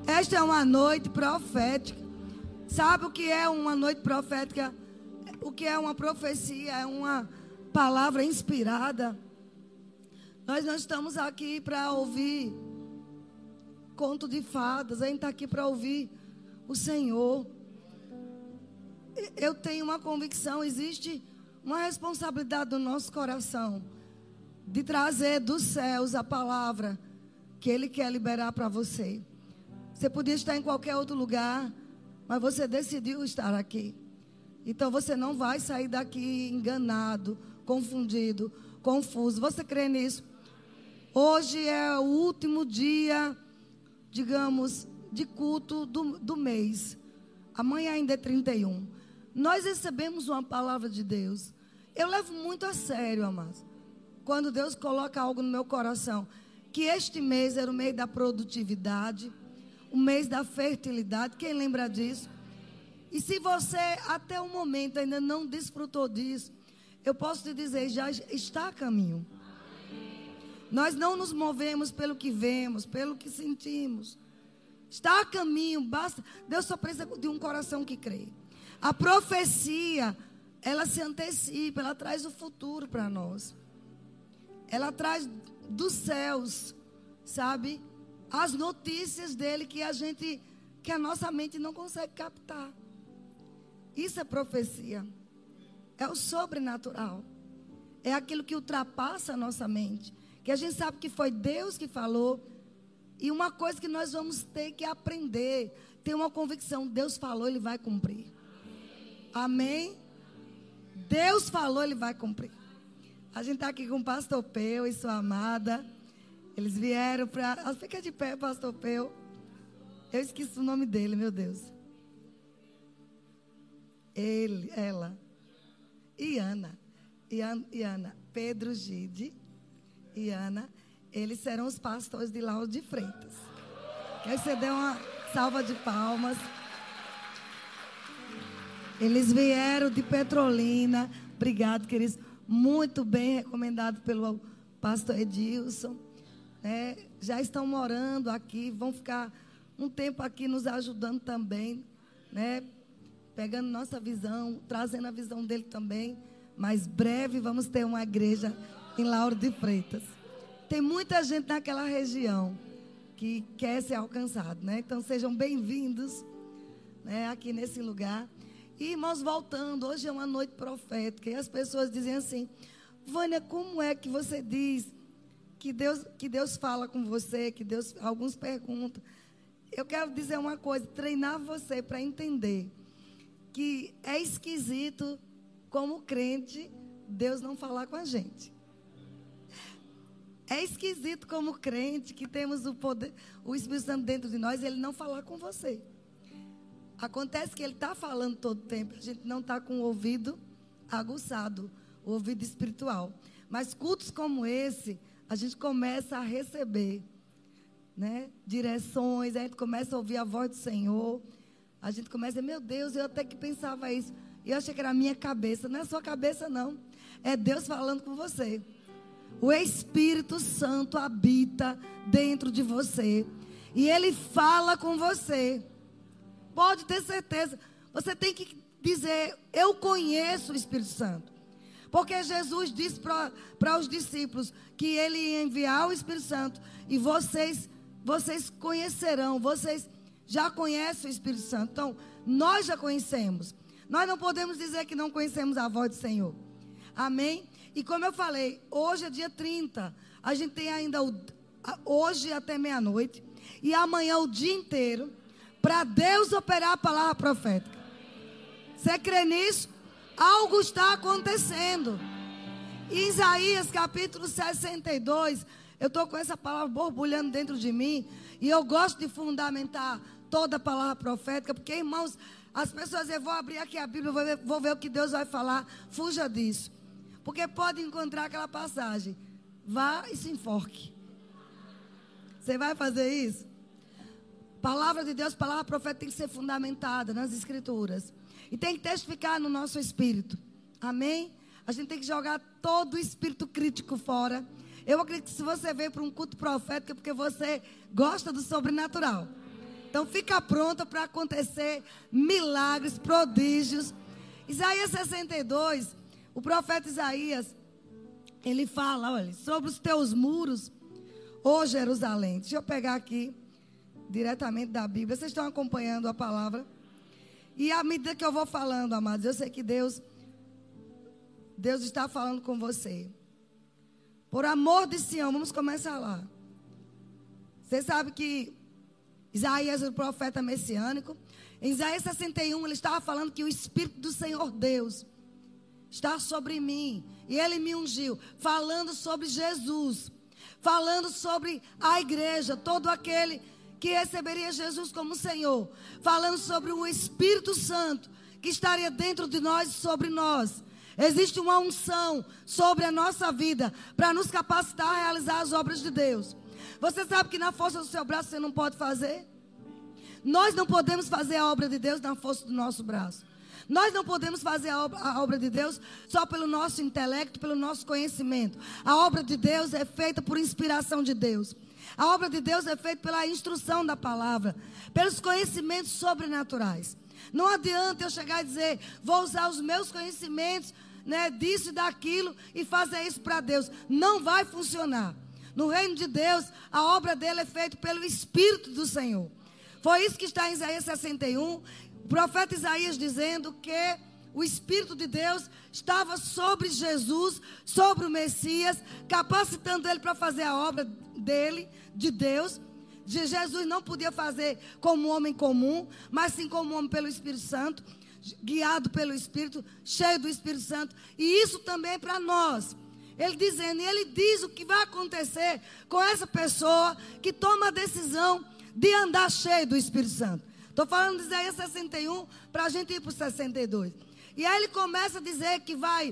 Esta é uma noite profética. Sabe o que é uma noite profética? O que é uma profecia? É uma palavra inspirada. Nós não estamos aqui para ouvir conto de fadas. A gente está aqui para ouvir o Senhor. Eu tenho uma convicção, existe uma responsabilidade no nosso coração de trazer dos céus a palavra que Ele quer liberar para você. Você podia estar em qualquer outro lugar, mas você decidiu estar aqui. Então você não vai sair daqui enganado, confundido, confuso. Você crê nisso? Hoje é o último dia, digamos, de culto do mês. Amanhã ainda é 31. Nós recebemos uma palavra de Deus. Eu levo muito a sério, amados, quando Deus coloca algo no meu coração, que este mês era o mês da produtividade, o mês da fertilidade. Quem lembra disso? E se você até o momento ainda não desfrutou disso, eu posso te dizer, já está a caminho. Nós não nos movemos pelo que vemos, pelo que sentimos. Está a caminho, basta. Deus só precisa de um coração que crê. A profecia, ela se antecipa, ela traz o futuro para nós. Ela traz dos céus, sabe? As notícias dele que a nossa mente não consegue captar. Isso é profecia. É o sobrenatural. É aquilo que ultrapassa a nossa mente. Que a gente sabe que foi Deus que falou. E uma coisa que nós vamos ter que aprender, ter uma convicção, Deus falou, Ele vai cumprir. Amém? Deus falou, Ele vai cumprir. A gente está aqui com o pastor Peu e sua amada. Eles vieram para... Fica de pé, pastor Peu. Eu esqueci o nome dele, meu Deus. Ela. Iana. Pedro Gide e Ana. Eles serão os pastores de Lauro de Freitas. Quer que você dê uma salva de palmas. Eles vieram de Petrolina. Obrigado, queridos. Muito bem recomendado pelo pastor Edilson. Já estão morando aqui. Vão ficar um tempo aqui nos ajudando também. Pegando nossa visão, trazendo a visão dele também. Mas breve vamos ter uma igreja em Lauro de Freitas. Tem muita gente naquela região que quer ser alcançado, Então sejam bem-vindos, aqui nesse lugar. E irmãos, voltando, hoje é uma noite profética. E as pessoas dizem assim: Vânia, como é que você diz que Deus fala com você, alguns perguntam. Eu quero dizer uma coisa, treinar você para entender que é esquisito, como crente, Deus não falar com a gente. É esquisito como crente que temos o poder, o Espírito Santo dentro de nós, Ele não falar com você. Acontece que Ele está falando todo o tempo, a gente não está com o ouvido aguçado, o ouvido espiritual. Mas cultos como esse, a gente começa a receber, direções, a gente começa a ouvir a voz do Senhor. A gente começa a dizer, meu Deus, eu até que pensava isso. E eu achei que era a minha cabeça. Não é a sua cabeça, não. É Deus falando com você. O Espírito Santo habita dentro de você. E Ele fala com você. Pode ter certeza. Você tem que dizer, eu conheço o Espírito Santo. Porque Jesus disse para os discípulos que Ele ia enviar o Espírito Santo. E vocês conhecerão, vocês já conhecem o Espírito Santo. Então, nós já conhecemos. Nós não podemos dizer que não conhecemos a voz do Senhor. Amém? E como eu falei, hoje é dia 30. A gente tem ainda hoje até meia-noite. E amanhã o dia inteiro. Para Deus operar a palavra profética. Você crê nisso? Algo está acontecendo. Em Isaías capítulo 62. Eu estou com essa palavra borbulhando dentro de mim. E eu gosto de fundamentar toda a palavra profética. Porque, irmãos, as pessoas dizem, vou abrir aqui a Bíblia, vou ver o que Deus vai falar. Fuja disso. Porque pode encontrar aquela passagem. Vá e se enforque. Você vai fazer isso? Palavra de Deus, palavra profética tem que ser fundamentada nas Escrituras. E tem que testificar no nosso espírito. Amém? A gente tem que jogar todo o espírito crítico fora. Eu acredito que se você veio para um culto profético é porque você gosta do sobrenatural. Então fica pronta para acontecer milagres, prodígios. Isaías 62, o profeta Isaías, ele fala, olha, sobre os teus muros, ô Jerusalém. Deixa eu pegar aqui, diretamente da Bíblia. Vocês estão acompanhando a palavra? E à medida que eu vou falando, amados, eu sei que Deus está falando com você. Por amor de Sião, vamos começar lá. Você sabe que Isaías é o profeta messiânico. Em Isaías 61, ele estava falando que o Espírito do Senhor Deus está sobre mim. E ele me ungiu, falando sobre Jesus. Falando sobre a igreja, todo aquele que receberia Jesus como Senhor. Falando sobre o Espírito Santo que estaria dentro de nós e sobre nós. Existe uma unção sobre a nossa vida para nos capacitar a realizar as obras de Deus. Você sabe que na força do seu braço você não pode fazer? Nós não podemos fazer a obra de Deus na força do nosso braço. Nós não podemos fazer a obra de Deus só pelo nosso intelecto, pelo nosso conhecimento. A obra de Deus é feita por inspiração de Deus. A obra de Deus é feita pela instrução da palavra, pelos conhecimentos sobrenaturais. Não adianta eu chegar e dizer, vou usar os meus conhecimentos, né, disso e daquilo e fazer isso para Deus. Não vai funcionar. No reino de Deus, a obra dele é feita pelo Espírito do Senhor. Foi isso que está em Isaías 61. O profeta Isaías dizendo que o Espírito de Deus estava sobre Jesus, sobre o Messias, capacitando ele para fazer a obra dele, de Deus. Jesus não podia fazer como um homem comum, mas sim como um homem pelo Espírito Santo, guiado pelo Espírito, cheio do Espírito Santo. E isso também é para nós. Ele dizendo, e ele diz o que vai acontecer com essa pessoa que toma a decisão de andar cheio do Espírito Santo. Estou falando de Isaías 61 para a gente ir para o 62. E aí ele começa a dizer que vai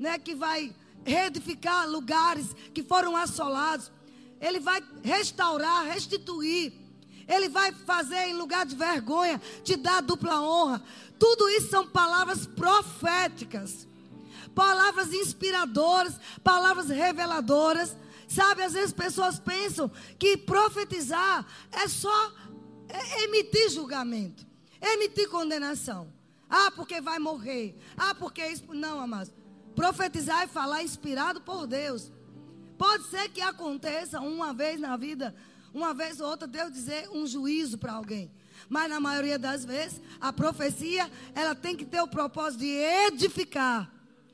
reedificar lugares que foram assolados. Ele vai restaurar, restituir. Ele vai fazer em lugar de vergonha, te dar dupla honra. Tudo isso são palavras proféticas. Palavras inspiradoras, palavras reveladoras. Sabe, às vezes pessoas pensam que profetizar é só emitir julgamento, emitir condenação. Ah, porque vai morrer. Ah, porque isso. Não, amados. Profetizar é falar inspirado por Deus. Pode ser que aconteça uma vez na vida, uma vez ou outra, Deus dizer um juízo para alguém. Mas na maioria das vezes, a profecia, ela tem que ter o propósito de edificar,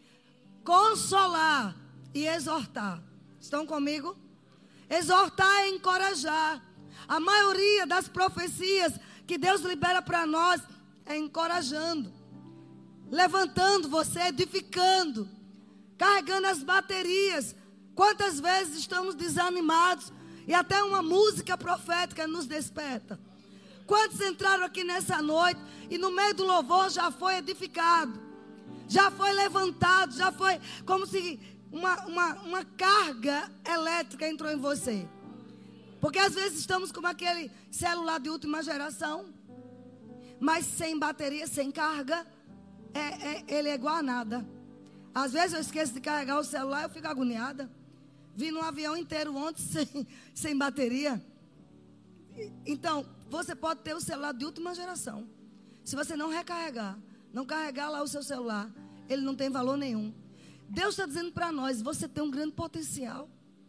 consolar e exortar. Estão comigo? Exortar é encorajar. A maioria das profecias que Deus libera para nós é encorajando, levantando você, edificando, carregando as baterias. Quantas vezes estamos desanimados e até uma música profética nos desperta. Quantos entraram aqui nessa noite e no meio do louvor já foi edificado, já foi levantado, já foi como se uma carga elétrica entrou em você. Porque às vezes estamos como aquele celular de última geração, mas sem bateria, sem carga, ele é igual a nada. Às vezes eu esqueço de carregar o celular, eu fico agoniada. Vim num avião inteiro ontem sem bateria. Então, você pode ter o celular de última geração. Se você não recarregar, não carregar lá o seu celular, ele não tem valor nenhum. Deus está dizendo para nós, você tem um grande potencial.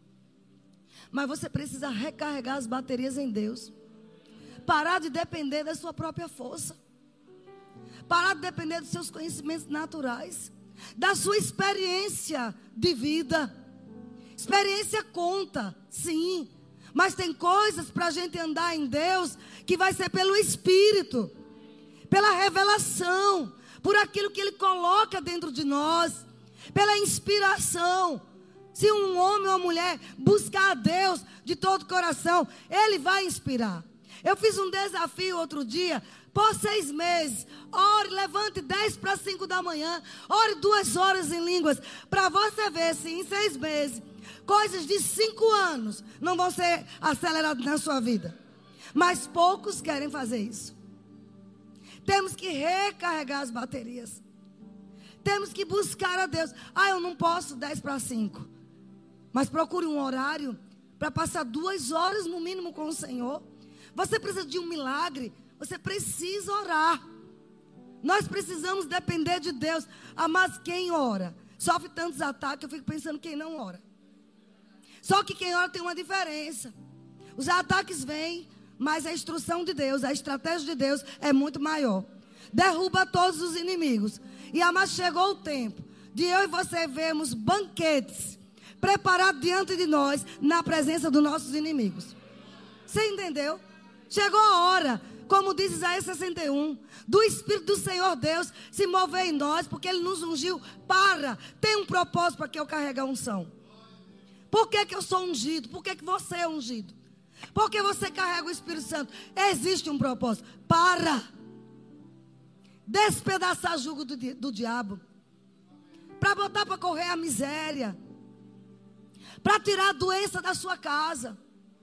Mas você precisa recarregar as baterias em Deus. Parar de depender da sua própria força. Parar de depender dos seus conhecimentos naturais. Da sua experiência de vida. Experiência conta, sim. Mas tem coisas para a gente andar em Deus que vai ser pelo Espírito. Pela revelação. Por aquilo que Ele coloca dentro de nós. Pela inspiração. Se um homem ou uma mulher buscar a Deus de todo o coração, Ele vai inspirar. Eu fiz um desafio outro dia, por 6 meses. Ore, levante 10 para 5 da manhã. Ore 2 horas em línguas. Para você ver se em 6 meses, coisas de 5 anos não vão ser aceleradas na sua vida. Mas poucos querem fazer isso. Temos que recarregar as baterias. Temos que buscar a Deus. Ah, eu não posso 10 para 5. Mas procure um horário para passar 2 horas no mínimo com o Senhor. Você precisa de um milagre, você precisa orar. Nós precisamos depender de Deus. Mas quem ora sofre tantos ataques, eu fico pensando quem não ora. Só que quem ora tem uma diferença. Os ataques vêm, mas a instrução de Deus, a estratégia de Deus é muito maior. Derruba todos os inimigos. Mas chegou o tempo de eu e você vermos banquetes preparados diante de nós, na presença dos nossos inimigos. Você entendeu? Chegou a hora, como diz Isaías 61, do Espírito do Senhor Deus se mover em nós, porque Ele nos ungiu tem um propósito para que eu carregue a unção. Por que eu sou ungido? Por que você é ungido? Porque você carrega o Espírito Santo. Existe um propósito. Para despedaçar jugo do diabo. Para botar para correr a miséria. Para tirar a doença da sua casa.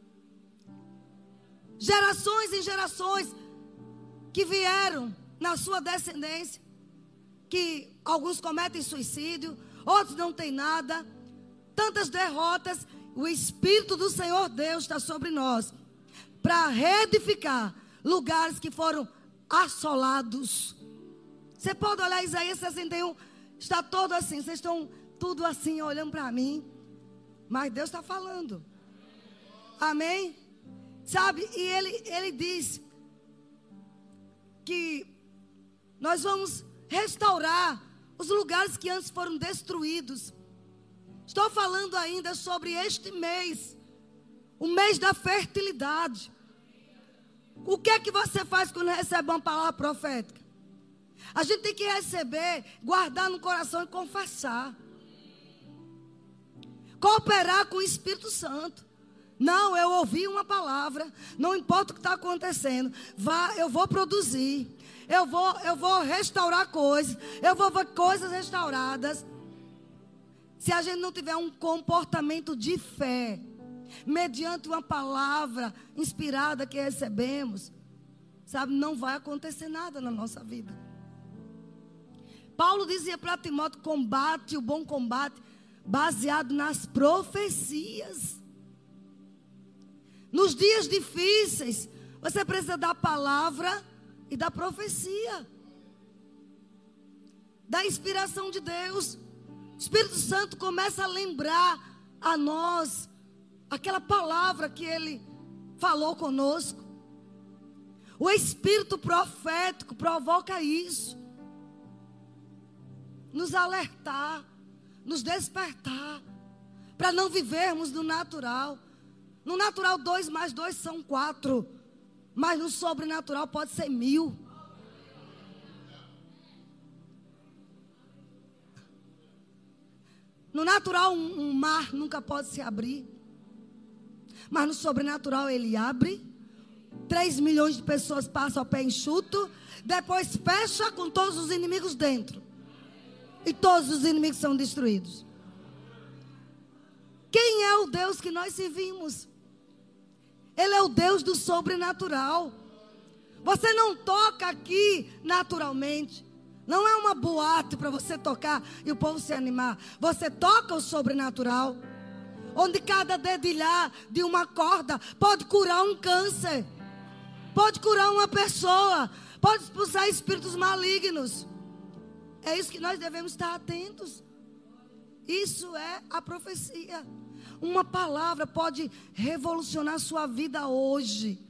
Gerações e gerações que vieram na sua descendência. Que alguns cometem suicídio, outros não têm nada. Tantas derrotas. O Espírito do Senhor Deus está sobre nós para reedificar lugares que foram assolados. Você pode olhar Isaías 61, está todo assim, vocês estão tudo assim olhando para mim, mas Deus está falando. Amém? Sabe, e ele diz que nós vamos restaurar os lugares que antes foram destruídos. Estou falando ainda sobre este mês, o mês da fertilidade. O que é que você faz quando recebe uma palavra profética? A gente tem que receber, guardar no coração e confessar. Cooperar com o Espírito Santo. Não, eu ouvi uma palavra, não importa o que está acontecendo, eu vou produzir, eu vou restaurar coisas, eu vou ver coisas restauradas. Se a gente não tiver um comportamento de fé, mediante uma palavra inspirada que recebemos, sabe, não vai acontecer nada na nossa vida. Paulo dizia para Timóteo: combate o bom combate, baseado nas profecias. Nos dias difíceis, você precisa da palavra e da profecia, da inspiração de Deus. O Espírito Santo começa a lembrar a nós aquela palavra que Ele falou conosco. O Espírito profético provoca isso. Nos alertar, nos despertar, para não vivermos no natural. No natural 2 mais 2 são 4, mas no sobrenatural pode ser 1000. No natural, um mar nunca pode se abrir. Mas no sobrenatural ele abre. 3 milhões de pessoas passam a pé enxuto. Depois fecha com todos os inimigos dentro. E todos os inimigos são destruídos. Quem é o Deus que nós servimos? Ele é o Deus do sobrenatural. Você não toca aqui naturalmente. Não é uma boate para você tocar e o povo se animar. Você toca o sobrenatural. Onde cada dedilhar de uma corda pode curar um câncer. Pode curar uma pessoa. Pode expulsar espíritos malignos. É isso que nós devemos estar atentos. Isso é a profecia. Uma palavra pode revolucionar a sua vida hoje.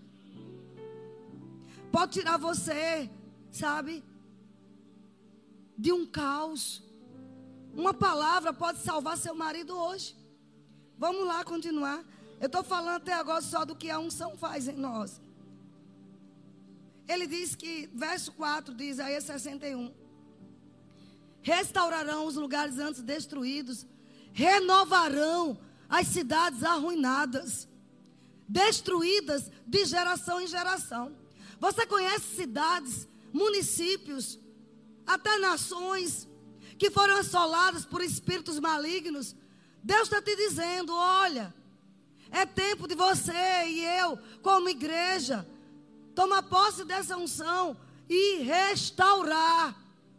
Pode tirar você, sabe, de um caos. Uma palavra pode salvar seu marido hoje. Vamos lá continuar. Eu estou falando até agora só do que a unção faz em nós. Ele diz que, verso 4 de Isaías 61. Restaurarão os lugares antes destruídos. Renovarão as cidades arruinadas. Destruídas de geração em geração. Você conhece cidades, municípios, até nações que foram assoladas por espíritos malignos? Deus está te dizendo: olha, é tempo de você e eu, como igreja, tomar posse dessa unção e restaurar.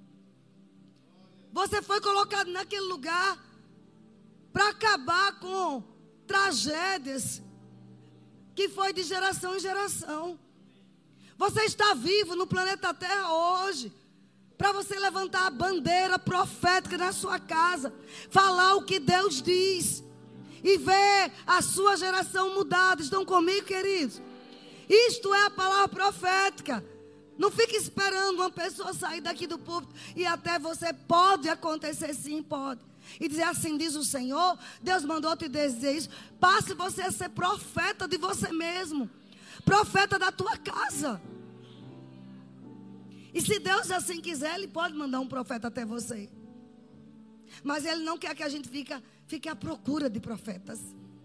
Você foi colocado naquele lugar para acabar com tragédias que foi de geração em geração. Você está vivo no planeta Terra hoje para você levantar a bandeira profética na sua casa, falar o que Deus diz e ver a sua geração mudada. Estão comigo, queridos? Isto é a palavra profética. Não fique esperando uma pessoa sair daqui do púlpito e até você. Pode acontecer, sim, pode. E dizer assim, diz o Senhor, Deus mandou te dizer isso. Passe você a ser profeta de você mesmo, profeta da tua casa. E se Deus assim quiser, Ele pode mandar um profeta até você. Mas Ele não quer que a gente fique à procura de profetas.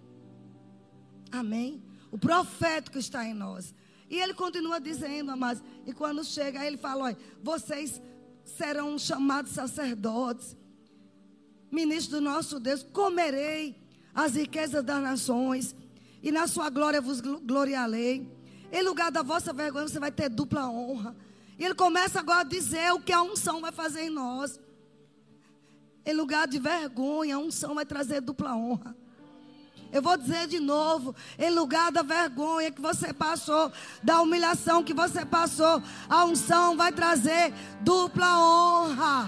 Amém? O profético está em nós. E Ele continua dizendo, amados, e quando chega, Ele fala, olha, vocês serão chamados sacerdotes, ministros do nosso Deus, comerei as riquezas das nações, e na sua glória vos gloriarei. Em lugar da vossa vergonha, você vai ter dupla honra. E Ele começa agora a dizer o que a unção vai fazer em nós. Em lugar de vergonha, a unção vai trazer dupla honra. Eu vou dizer de novo, em lugar da vergonha que você passou, da humilhação que você passou, a unção vai trazer dupla honra.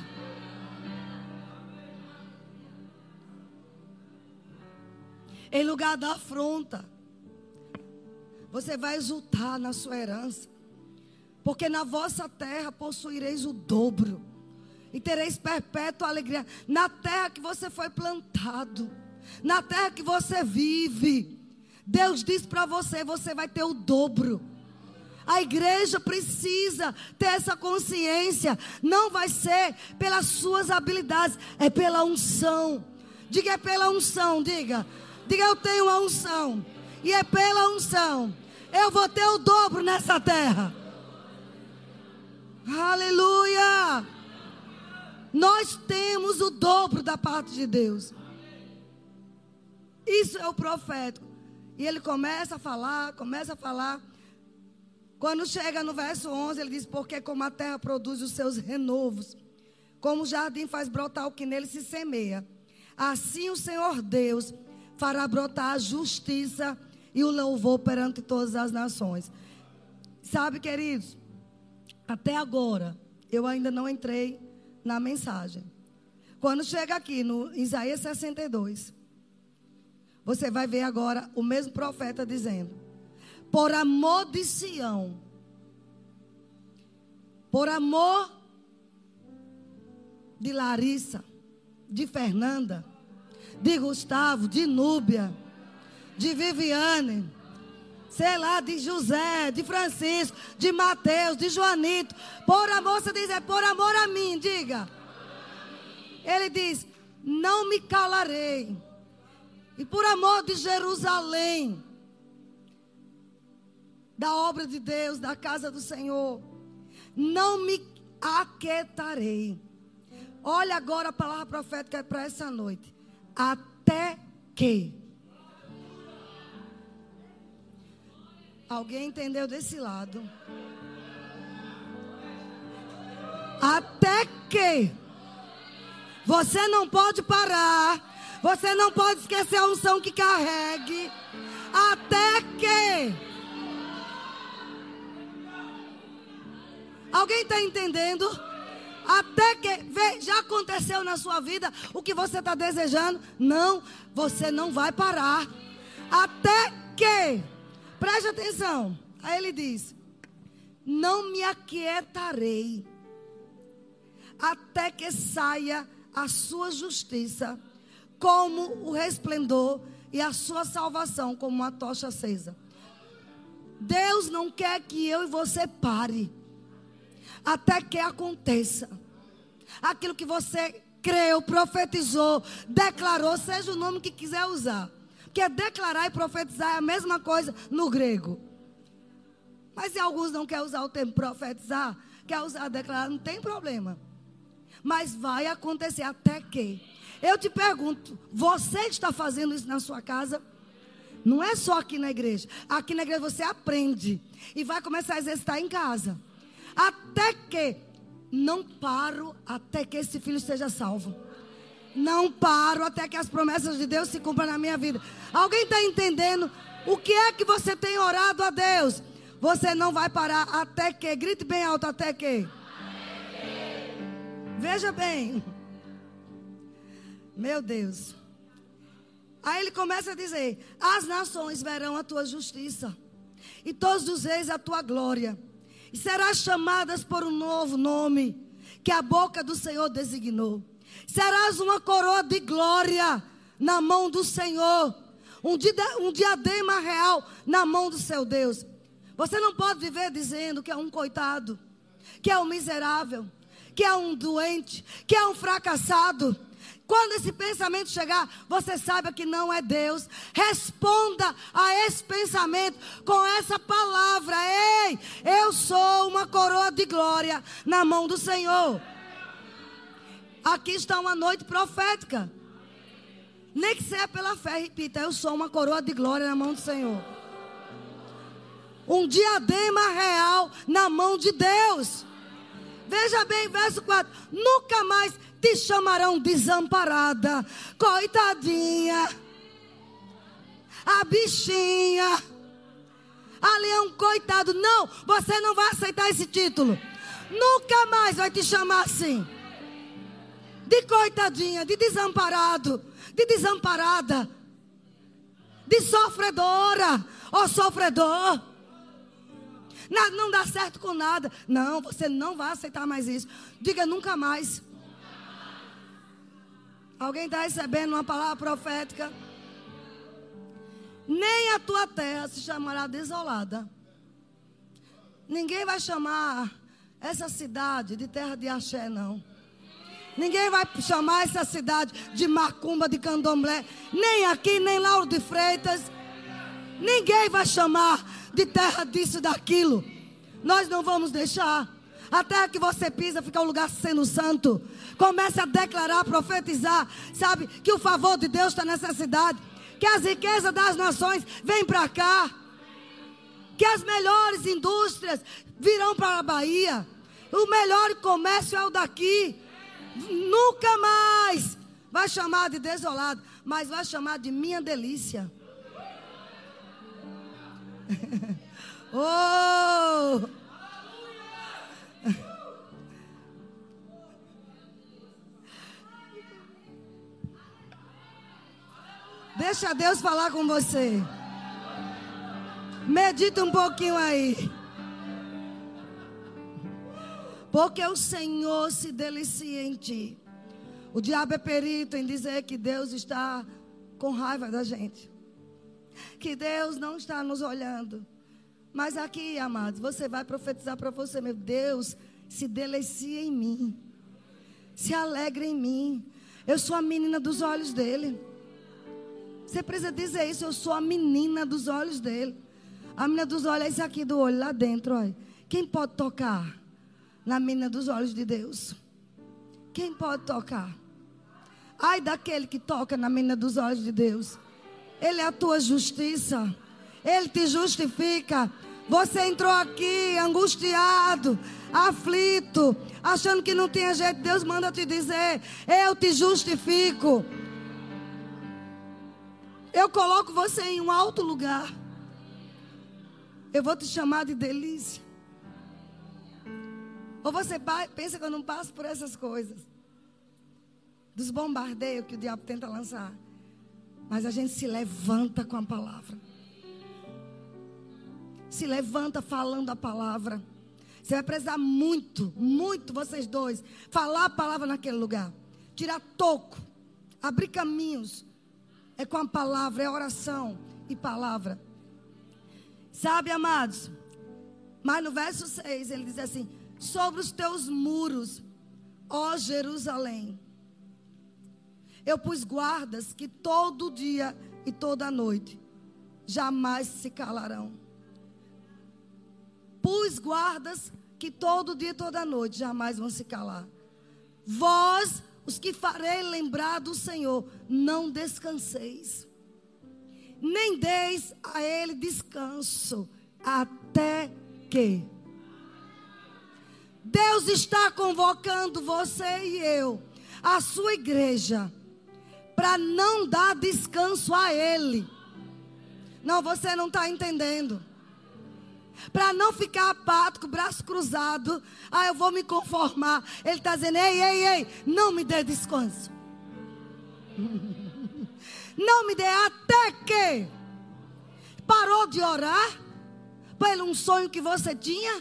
Em lugar da afronta, você vai exultar na sua herança. Porque na vossa terra possuireis o dobro. E tereis perpétua alegria. Na terra que você foi plantado. Na terra que você vive. Deus diz para você, você vai ter o dobro. A igreja precisa ter essa consciência. Não vai ser pelas suas habilidades. É pela unção. Diga, é pela unção, diga. Diga, eu tenho a unção. E é pela unção. Eu vou ter o dobro nessa terra. Aleluia! Nós temos o dobro da parte de Deus. Isso é o profético. E ele começa a falar. Quando chega no verso 11, ele diz, porque como a terra produz os seus renovos, como o jardim faz brotar o que nele se semeia, assim o Senhor Deus fará brotar a justiça e o louvor perante todas as nações. Sabe, queridos, até agora, eu ainda não entrei na mensagem. Quando chega aqui no Isaías 62, você vai ver agora o mesmo profeta dizendo, por amor de Sião, por amor de Larissa, de Fernanda, de Gustavo, de Núbia, de Viviane, sei lá, de José, de Francisco, de Mateus, de Joanito. Por amor, você diz, é por amor a mim, diga. Ele diz, não me calarei. E por amor de Jerusalém, da obra de Deus, da casa do Senhor, não me aquietarei. Olha agora a palavra profética para essa noite. Até que... Alguém entendeu desse lado? Até que você não pode parar, você não pode esquecer a unção que carregue. Até que alguém está entendendo? Até que já aconteceu na sua vida o que você está desejando? Não, você não vai parar. Até que, preste atenção. Aí ele diz, não me aquietarei até que saia a sua justiça como o resplendor e a sua salvação como uma tocha acesa. Deus não quer que eu e você pare até que aconteça aquilo que você creu, profetizou, declarou, seja o nome que quiser usar. Porque declarar e profetizar é a mesma coisa no grego. Mas se alguns não querem usar o termo profetizar, quer usar declarar, não tem problema. Mas vai acontecer até que. Eu te pergunto, você está fazendo isso na sua casa? Não é só aqui na igreja. Aqui na igreja você aprende e vai começar a exercitar em casa. Até que, não paro até que esse filho seja salvo. Não paro até que as promessas de Deus se cumpram na minha vida. Alguém está entendendo? O que é que você tem orado a Deus? Você não vai parar até que, grite bem alto, até que. Veja bem. Meu Deus. Aí ele começa a dizer: as nações verão a tua justiça, e todos os reis a tua glória, e serás chamadas por um novo nome, que a boca do Senhor designou. Serás uma coroa de glória na mão do Senhor, um diadema real na mão do seu Deus. Você não pode viver dizendo que é um coitado, que é um miserável, que é um doente, que é um fracassado. Quando esse pensamento chegar, você saiba que não é Deus. Responda a esse pensamento com essa palavra: ei, eu sou uma coroa de glória na mão do Senhor. Aqui está uma noite profética. Nem que seja pela fé, repita: eu sou uma coroa de glória na mão do Senhor. Um diadema real na mão de Deus. Veja bem, verso 4: nunca mais te chamarão desamparada, coitadinha, a bichinha, ali é um coitado. Não, você não vai aceitar esse título. Nunca mais vai te chamar assim, de coitadinha, de desamparado, de desamparada, de sofredora ou sofredor. Não dá certo com nada. Não, você não vai aceitar mais isso. Diga: nunca mais. Alguém está recebendo uma palavra profética? Nem a tua terra se chamará desolada. Ninguém vai chamar essa cidade de terra de axé, não. Ninguém vai chamar essa cidade de macumba, de candomblé. Nem aqui, nem Lauro de Freitas. Ninguém vai chamar de terra disso, daquilo. Nós não vamos deixar. A terra que você pisa fica um lugar sendo santo. Comece a declarar, profetizar. Sabe, que o favor de Deus está nessa cidade. Que as riquezas das nações vêm para cá. Que as melhores indústrias virão para a Bahia. O melhor comércio é o daqui. Nunca mais vai chamar de desolado, mas vai chamar de minha delícia. Oh! Deixa Deus falar com você. Medita um pouquinho aí. Porque o Senhor se delicia em ti. O diabo é perito em dizer que Deus está com raiva da gente, que Deus não está nos olhando. Mas aqui, amados, você vai profetizar para você mesmo: Deus se delicia em mim, se alegra em mim. Eu sou a menina dos olhos dele. Você precisa dizer isso: eu sou a menina dos olhos dele. A menina dos olhos é isso aqui do olho, lá dentro, olha. Quem pode tocar na menina dos olhos de Deus? Quem pode tocar? Ai daquele que toca na menina dos olhos de Deus. Ele é a tua justiça. Ele te justifica. Você entrou aqui angustiado, aflito, achando que não tinha jeito. Deus manda te dizer: eu te justifico. Eu coloco você em um alto lugar. Eu vou te chamar de delícia. Ou você pensa que eu não passo por essas coisas, dos bombardeios que o diabo tenta lançar. Mas a gente se levanta com a palavra. Se levanta falando a palavra. Você vai precisar muito, muito, vocês dois, falar a palavra naquele lugar. Tirar toco, abrir caminhos. É com a palavra, é oração e palavra. Sabe, amados? Mas no verso 6 ele diz assim: sobre os teus muros, ó Jerusalém, eu pus guardas que todo dia e toda noite jamais se calarão. Pus guardas que todo dia e toda noite jamais vão se calar. Vós, os que farei lembrar do Senhor, não descanseis, nem deis a Ele descanso, até que. Deus está convocando você e eu, a sua igreja, para não dar descanso a Ele. Não, você não está entendendo. Para não ficar apático, braço cruzado. Eu vou me conformar. Ele está dizendo, ei, não me dê descanso. Não me dê até que parou de orar pelo um sonho que você tinha.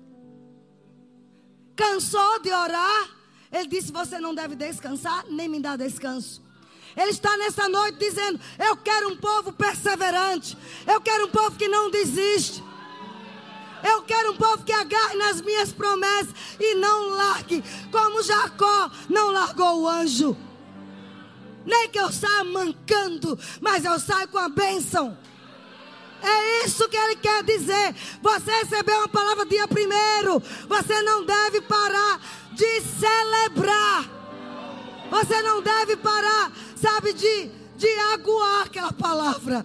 Cansou de orar. Ele disse, você não deve descansar, nem me dá descanso. Ele está nessa noite dizendo, eu quero um povo perseverante. Eu quero um povo que não desiste. Eu quero um povo que agarre nas minhas promessas e não largue, como Jacó não largou o anjo. Nem que eu saia mancando, mas eu saio com a bênção. É isso que ele quer dizer. Você recebeu uma palavra dia primeiro. Você não deve parar de celebrar. Você não deve parar, sabe, de aguar aquela palavra.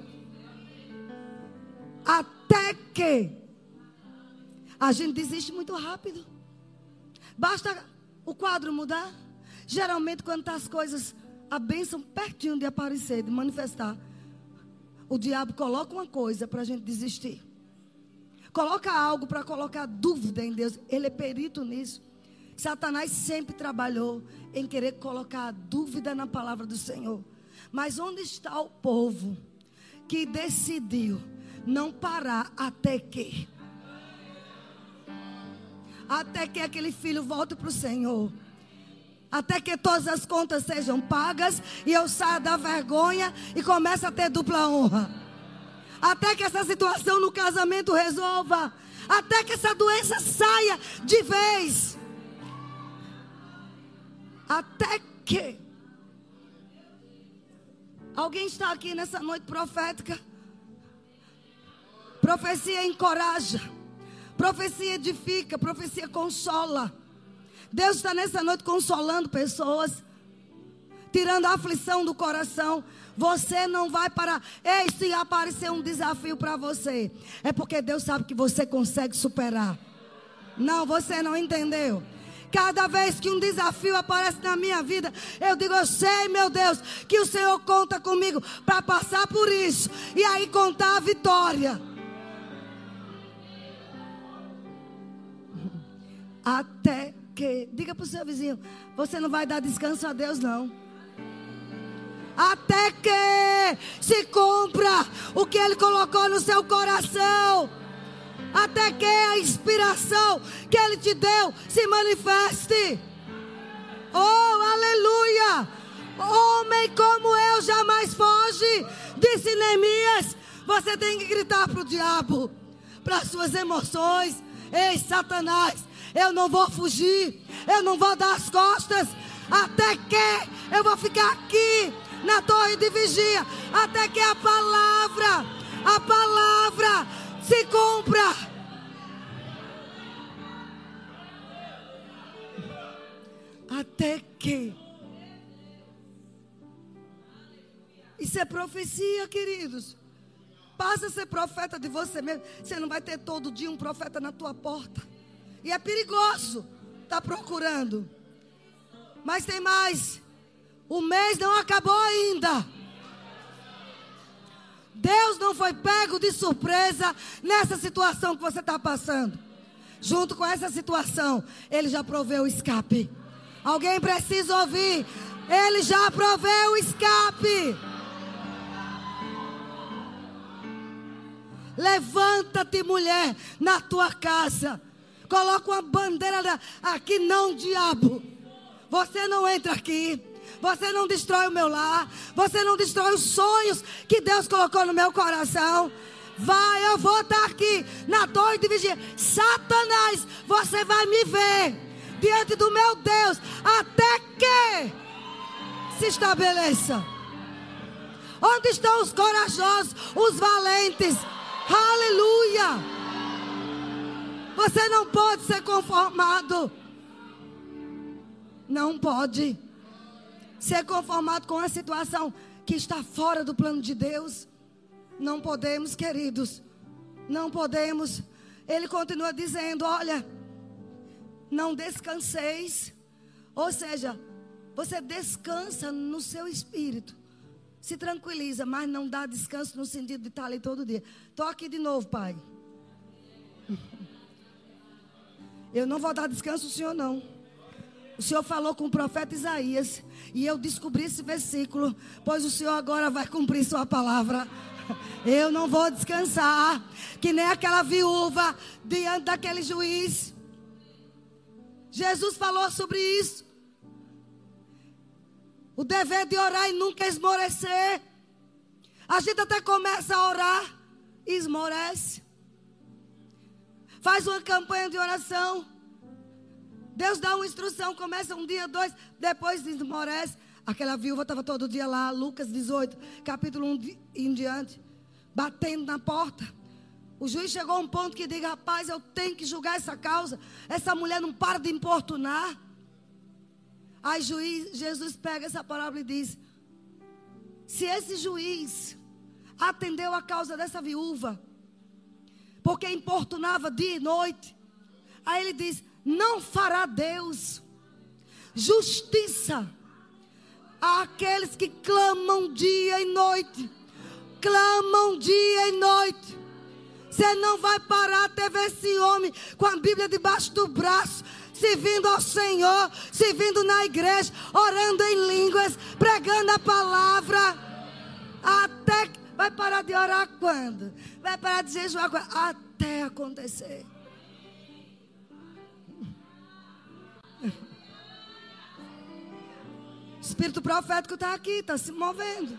Até que a gente desiste muito rápido. Basta o quadro mudar. Geralmente quando está as coisas, a bênção pertinho de aparecer, de manifestar, o diabo coloca uma coisa para a gente desistir. Coloca algo para colocar dúvida em Deus. Ele é perito nisso. Satanás sempre trabalhou em querer colocar dúvida na palavra do Senhor. Mas onde está o povo que decidiu não parar até que aquele filho volte para o Senhor? Até que todas as contas sejam pagas e eu saia da vergonha e comece a ter dupla honra. Até que essa situação no casamento resolva. Até que essa doença saia de vez. Até que. Alguém está aqui nessa noite profética? Profecia encoraja. Profecia edifica. Profecia consola. Deus está nessa noite consolando pessoas, tirando a aflição do coração. Você não vai parar. Ei, se aparecer um desafio para você, é porque Deus sabe que você consegue superar. Não, você não entendeu. Cada vez que um desafio aparece na minha vida, eu digo, eu sei, meu Deus, que o Senhor conta comigo para passar por isso. E aí contar a vitória. Até que, diga para o seu vizinho, você não vai dar descanso a Deus não. Até que se cumpra o que Ele colocou no seu coração. Até que a inspiração que Ele te deu se manifeste. Oh, aleluia. Homem como eu jamais foge, disse Neemias. Você tem que gritar para o diabo, para as suas emoções. Ei, Satanás, eu não vou fugir, eu não vou dar as costas, até que eu vou ficar aqui na torre de vigia, até que a palavra se cumpra. Até que. Isso é profecia, queridos. Passa a ser profeta de você mesmo. Você não vai ter todo dia um profeta na tua porta. E é perigoso estar procurando. Mas tem mais. O mês não acabou ainda. Deus não foi pego de surpresa nessa situação que você está passando. Junto com essa situação, Ele já proveu o escape. Alguém precisa ouvir. Ele já proveu o escape. Levanta-te, mulher, na tua casa. Coloca uma bandeira aqui, não, diabo. Você não entra aqui. Você não destrói o meu lar. Você não destrói os sonhos que Deus colocou no meu coração. Vai, eu vou estar aqui na torre de vigia. Satanás, você vai me ver diante do meu Deus até que se estabeleça. Onde estão os corajosos, os valentes? Aleluia! Você não pode ser conformado. Não pode ser conformado com a situação que está fora do plano de Deus. Não podemos, queridos. Não podemos. Ele continua dizendo, olha, não descanseis. Ou seja, você descansa no seu espírito. se tranquiliza, mas não dá descanso no sentido de estar ali todo dia. Estou aqui de novo, Pai. Eu não vou dar descanso ao Senhor, não. O Senhor falou com o profeta Isaías, e eu descobri esse versículo, pois o Senhor agora vai cumprir sua palavra. Eu não vou descansar, que nem aquela viúva diante daquele juiz. Jesus falou sobre isso. O dever de orar e nunca esmorecer. A gente até começa a orar e esmorece. Faz uma campanha de oração. Deus dá uma instrução, começa um dia, dois, depois esmorece. Aquela viúva estava todo dia lá, Lucas 18, capítulo 1 em diante, batendo na porta. O juiz chegou a um ponto que diga: rapaz, eu tenho que julgar essa causa. Essa mulher não para de importunar. Aí Jesus pega essa parábola e diz: se esse juiz atendeu a causa dessa viúva, porque importunava dia e noite, aí ele diz: não fará Deus justiça àqueles que clamam dia e noite. Clamam dia e noite. Você não vai parar até ver esse homem com a Bíblia debaixo do braço, servindo ao Senhor, servindo na igreja, orando em línguas, pregando a palavra. Até vai parar de orar quando? Vai parar de jejuar quando? Até acontecer. O espírito profético está aqui, está se movendo.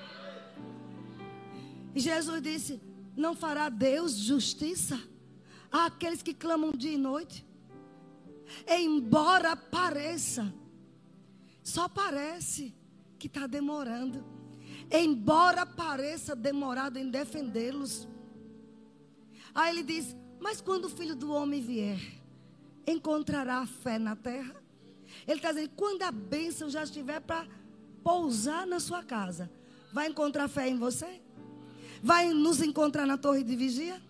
E Jesus disse: não fará Deus justiça àqueles que clamam dia e noite? Embora pareça, só parece que está demorando. Embora pareça demorado em defendê-los. Aí ele diz: mas quando o Filho do Homem vier, encontrará fé na terra? Ele está dizendo: quando a bênção já estiver para pousar na sua casa, vai encontrar fé em você? Vai nos encontrar na torre de vigia?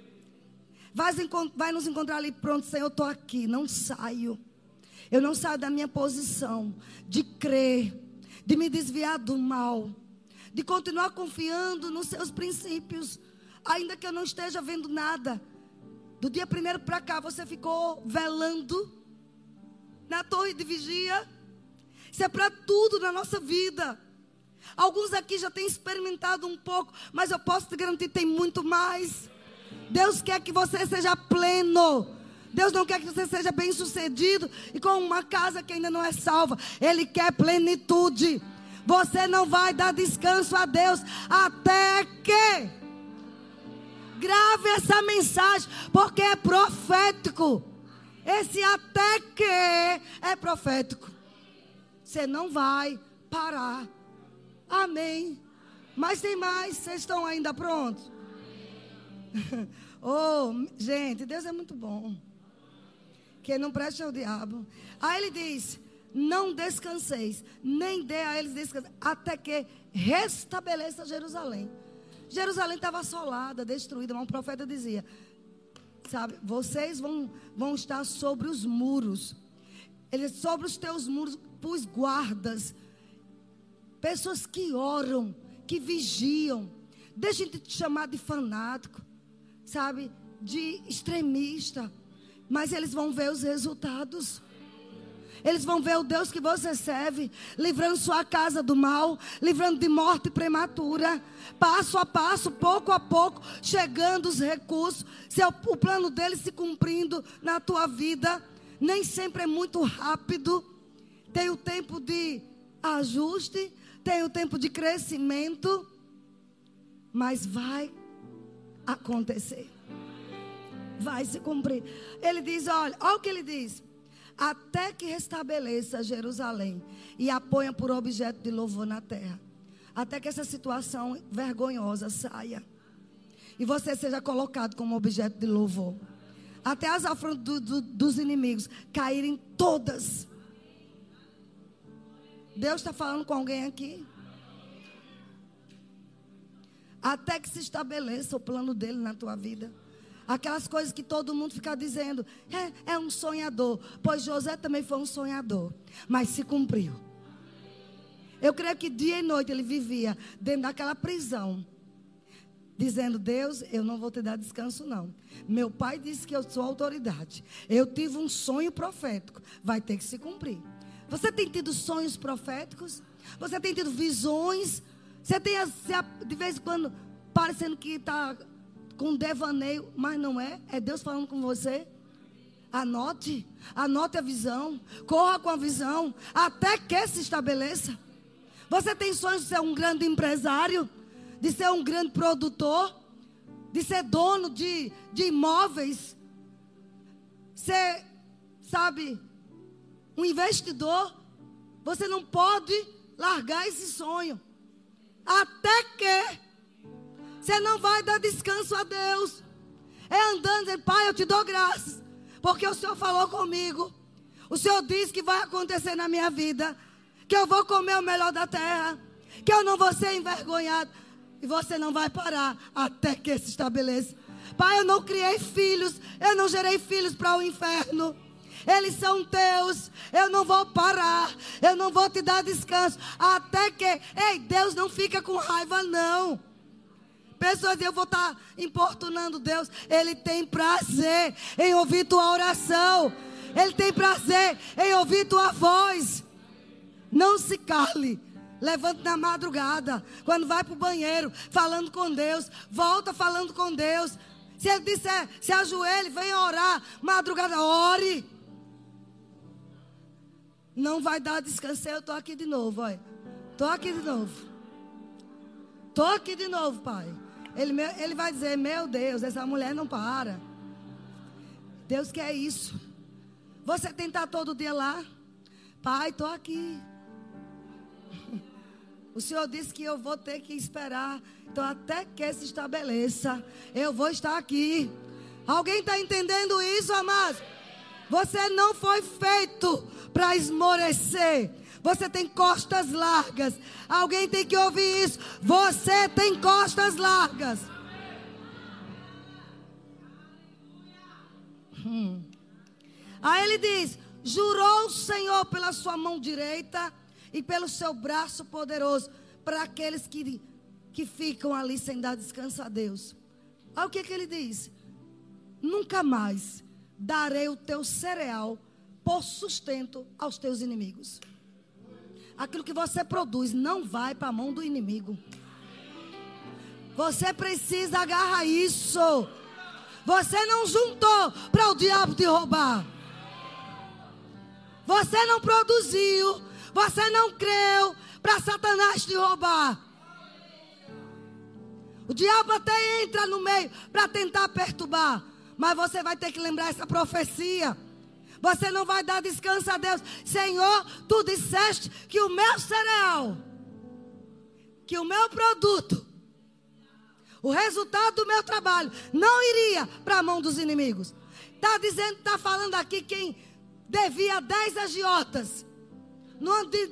Vai nos encontrar ali, pronto, Senhor, eu estou aqui, não saio. Eu não saio da minha posição de crer, de me desviar do mal, de continuar confiando nos seus princípios, ainda que eu não esteja vendo nada. Do dia primeiro para cá, você ficou velando na torre de vigia. Isso é para tudo na nossa vida. Alguns aqui já têm experimentado um pouco, mas eu posso te garantir, tem muito mais. Deus quer que você seja pleno. Deus não quer que você seja bem sucedido e com uma casa que ainda não é salva. Ele quer plenitude. Você não vai dar descanso a Deus até que... Grave essa mensagem, porque é profético. Esse até que é profético. Você não vai parar. Amém. Mas tem mais. Vocês estão ainda prontos? Oh, gente, Deus é muito bom. Quem não presta é o diabo. Aí ele diz: não descanseis, nem dê a eles descanso, até que restabeleça Jerusalém. Jerusalém estava assolada, destruída, mas um profeta dizia: sabe, vocês vão estar sobre os muros. Ele, sobre os teus muros pus guardas, pessoas que oram, que vigiam. Deixem de te chamar de fanático, sabe, de extremista, mas eles vão ver os resultados. Eles vão ver o Deus que você serve, livrando sua casa do mal, livrando de morte prematura, passo a passo, pouco a pouco, chegando os recursos, o plano dele se cumprindo na tua vida. Nem sempre é muito rápido. Tem o tempo de ajuste, tem o tempo de crescimento, mas vai acontecer, vai se cumprir. Ele diz, olha o que ele diz: até que restabeleça Jerusalém e a ponha por objeto de louvor na terra. Até que essa situação vergonhosa saia e você seja colocado como objeto de louvor. Até as afrontas dos inimigos caírem todas. Deus está falando com alguém aqui? Até que se estabeleça o plano dele na tua vida. Aquelas coisas que todo mundo fica dizendo: é um sonhador. Pois José também foi um sonhador, mas se cumpriu. Eu creio que dia e noite ele vivia dentro daquela prisão, dizendo: Deus, eu não vou te dar descanso não. Meu pai disse que eu sou autoridade. Eu tive um sonho profético, vai ter que se cumprir. Você tem tido sonhos proféticos? Você tem tido visões? Você tem de vez em quando parecendo que está com um devaneio, mas não é? É Deus falando com você? Anote a visão, corra com a visão, até que se estabeleça. Você tem sonhos de ser um grande empresário, de ser um grande produtor, de ser dono de imóveis, ser, sabe, um investidor. Você não pode largar esse sonho, até que você não vai dar descanso a Deus. É andando, dizendo: Pai, eu te dou graças, porque o Senhor falou comigo. O Senhor disse que vai acontecer na minha vida, que eu vou comer o melhor da terra, que eu não vou ser envergonhado. E você não vai parar até que se estabeleça. Pai, eu não criei filhos, eu não gerei filhos para o inferno. Eles são teus, eu não vou parar, eu não vou te dar descanso até que... Ei, Deus não fica com raiva não. Pessoas dizem: eu vou estar importunando Deus. Ele tem prazer em ouvir tua oração. Ele tem prazer em ouvir tua voz. Não se cale. Levante na madrugada, quando vai para o banheiro, falando com Deus. Volta falando com Deus. Se ele disser, se ajoelhe, venha orar, madrugada, ore. Não vai dar descanso. Eu estou aqui de novo, olha. Estou aqui de novo. Estou aqui de novo, Pai. Ele vai dizer: meu Deus, essa mulher não para. Deus quer isso. Você tem que estar todo dia lá. Pai, estou aqui. O Senhor disse que eu vou ter que esperar. Então, até que se estabeleça, eu vou estar aqui. Alguém está entendendo isso, amados? Você não foi feito para esmorecer. Você tem costas largas. Alguém tem que ouvir isso. Você tem costas largas. Aí ele diz: jurou o Senhor pela sua mão direita e pelo seu braço poderoso, para aqueles que ficam ali sem dar descanso a Deus. Olha o que ele diz: nunca mais darei o teu cereal por sustento aos teus inimigos. Aquilo que você produz não vai para a mão do inimigo. Você precisa agarrar isso. Você não juntou para o diabo te roubar. Você não produziu. Você não creu para Satanás te roubar. O diabo até entra no meio para tentar perturbar, mas você vai ter que lembrar essa profecia. Você não vai dar descanso a Deus. Senhor, tu disseste que o meu cereal, que o meu produto, o resultado do meu trabalho não iria para a mão dos inimigos. Está falando aqui quem devia 10 agiotas no ano de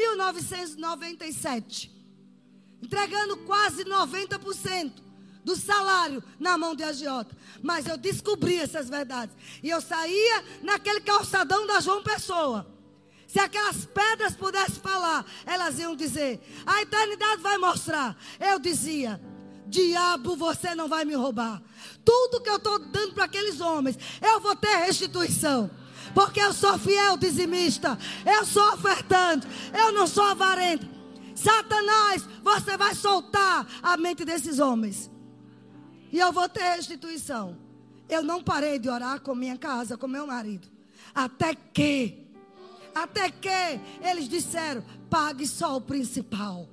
1997, entregando quase 90% do salário na mão de agiota. Mas eu descobri essas verdades. E eu saía naquele calçadão da João Pessoa. Se aquelas pedras pudessem falar, elas iam dizer: a eternidade vai mostrar. Eu dizia: diabo, você não vai me roubar. Tudo que eu estou dando para aqueles homens, eu vou ter restituição. Porque eu sou fiel dizimista. Eu sou ofertante. Eu não sou avarento. Satanás, você vai soltar a mente desses homens. E eu vou ter restituição. Eu não parei de orar com minha casa, com meu marido. Até que eles disseram: pague só o principal.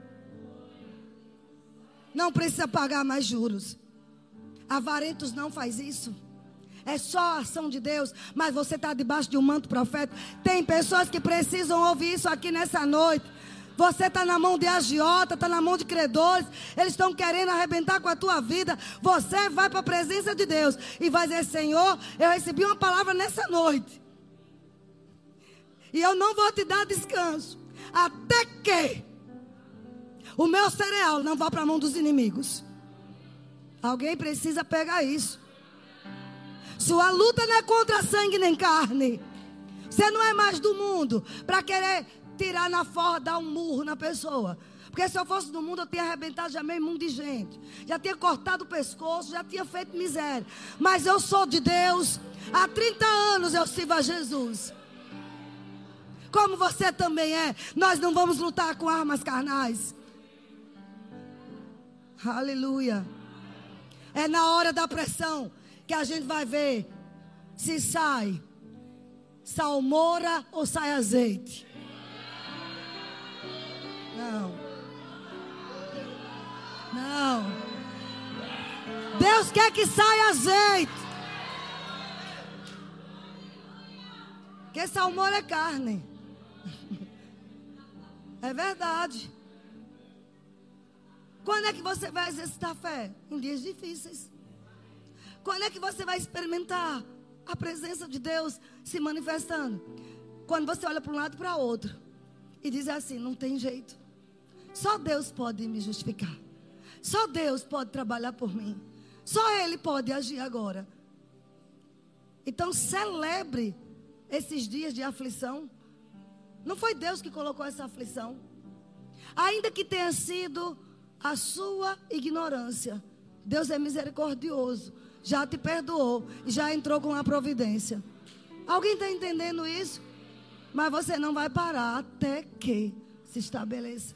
Não precisa pagar mais juros. Avarentos não faz isso. É só a ação de Deus. Mas você está debaixo de um manto profético. Tem pessoas que precisam ouvir isso aqui nessa noite. Você está na mão de agiota, está na mão de credores. Eles estão querendo arrebentar com a tua vida. Você vai para a presença de Deus e vai dizer: Senhor, eu recebi uma palavra nessa noite. E eu não vou te dar descanso até que o meu cereal não vá para a mão dos inimigos. Alguém precisa pegar isso. Sua luta não é contra sangue nem carne. Você não é mais do mundo para querer tirar na forra, dar um murro na pessoa. Porque se eu fosse do mundo, eu tinha arrebentado já meio mundo de gente. Já tinha cortado o pescoço, já tinha feito miséria. Mas eu sou de Deus. Há 30 anos eu sirvo a Jesus. Como você também é. Nós não vamos lutar com armas carnais. Aleluia. É na hora da pressão que a gente vai ver se sai salmoura ou sai azeite. Não. Deus quer que saia azeite. Porque salmoura é carne. É verdade. Quando é que você vai exercitar fé? Em dias difíceis. Quando é que você vai experimentar a presença de Deus se manifestando? Quando você olha para um lado e para o outro e diz assim, não tem jeito. Só Deus pode me justificar. Só Deus pode trabalhar por mim. Só Ele pode agir agora. Então celebre esses dias de aflição. Não foi Deus que colocou essa aflição. Ainda que tenha sido a sua ignorância, Deus é misericordioso. Já te perdoou. Já entrou com a providência. Alguém está entendendo isso? Mas você não vai parar até que se estabeleça.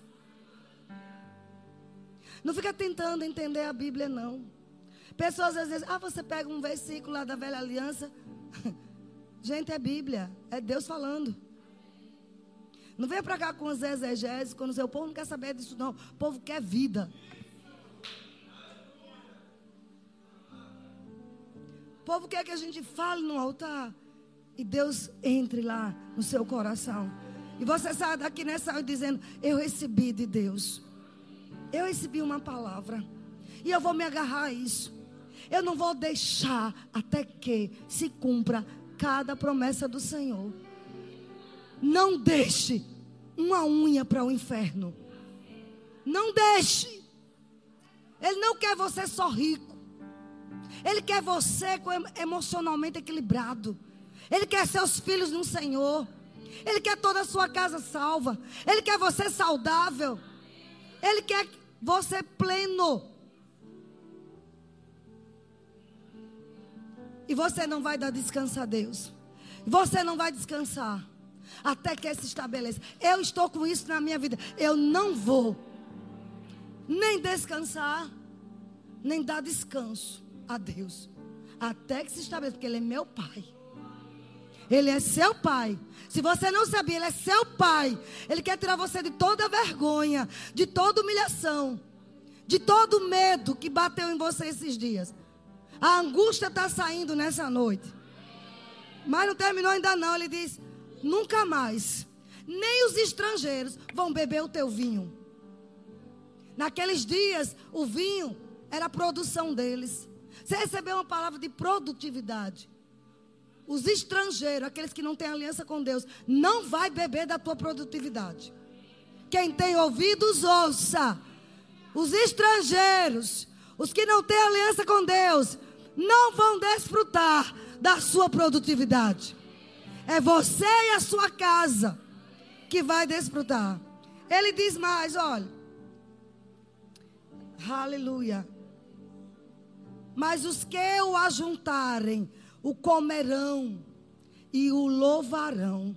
Não fica tentando entender a Bíblia, não. Pessoas às vezes, você pega um versículo lá da velha aliança. Gente, é Bíblia. É Deus falando. Não venha para cá com os exegeses, quando o povo não quer saber disso, não. O povo quer vida. O povo quer que a gente fale no altar. E Deus entre lá no seu coração. E você sai daqui nessa hora dizendo, eu recebi de Deus. Eu recebi uma palavra. E eu vou me agarrar a isso. Eu não vou deixar até que se cumpra cada promessa do Senhor. Não deixe uma unha para o inferno. Não deixe. Ele não quer você só rico. Ele quer você emocionalmente equilibrado. Ele quer seus filhos no Senhor. Ele quer toda a sua casa salva. Ele quer você saudável. Ele quer você pleno. E você não vai dar descanso a Deus. Você não vai descansar até que se estabeleça. Eu estou com isso na minha vida. Eu não vou nem descansar, nem dar descanso a Deus até que se estabeleça, porque Ele é meu Pai. Ele é seu Pai. Se você não sabia, Ele é seu Pai. Ele quer tirar você de toda vergonha, de toda humilhação, de todo medo que bateu em você esses dias. A angústia está saindo nessa noite. Mas não terminou ainda não. Ele diz, nunca mais, nem os estrangeiros vão beber o teu vinho. Naqueles dias, o vinho era a produção deles. Você recebeu uma palavra de produtividade. Os estrangeiros, aqueles que não têm aliança com Deus, não vai beber da tua produtividade. Quem tem ouvidos, ouça. Os estrangeiros, os que não têm aliança com Deus, não vão desfrutar da sua produtividade. É você e a sua casa que vai desfrutar. Ele diz mais, olha. Aleluia. Mas os que o ajuntarem, o comerão e o louvarão.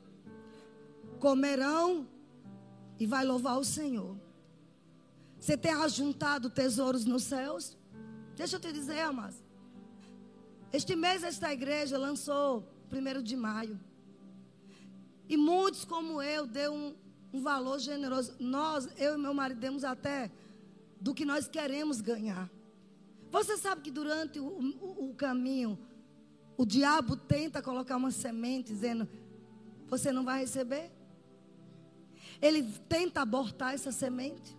Comerão e vai louvar o Senhor. Você tem ajuntado tesouros nos céus? Deixa eu te dizer, amados. Este mês esta igreja lançou 1º de maio. E muitos como eu deu um valor generoso. Eu e meu marido demos até do que nós queremos ganhar. Você sabe que durante o caminho, o diabo tenta colocar uma semente dizendo, você não vai receber. Ele tenta abortar essa semente.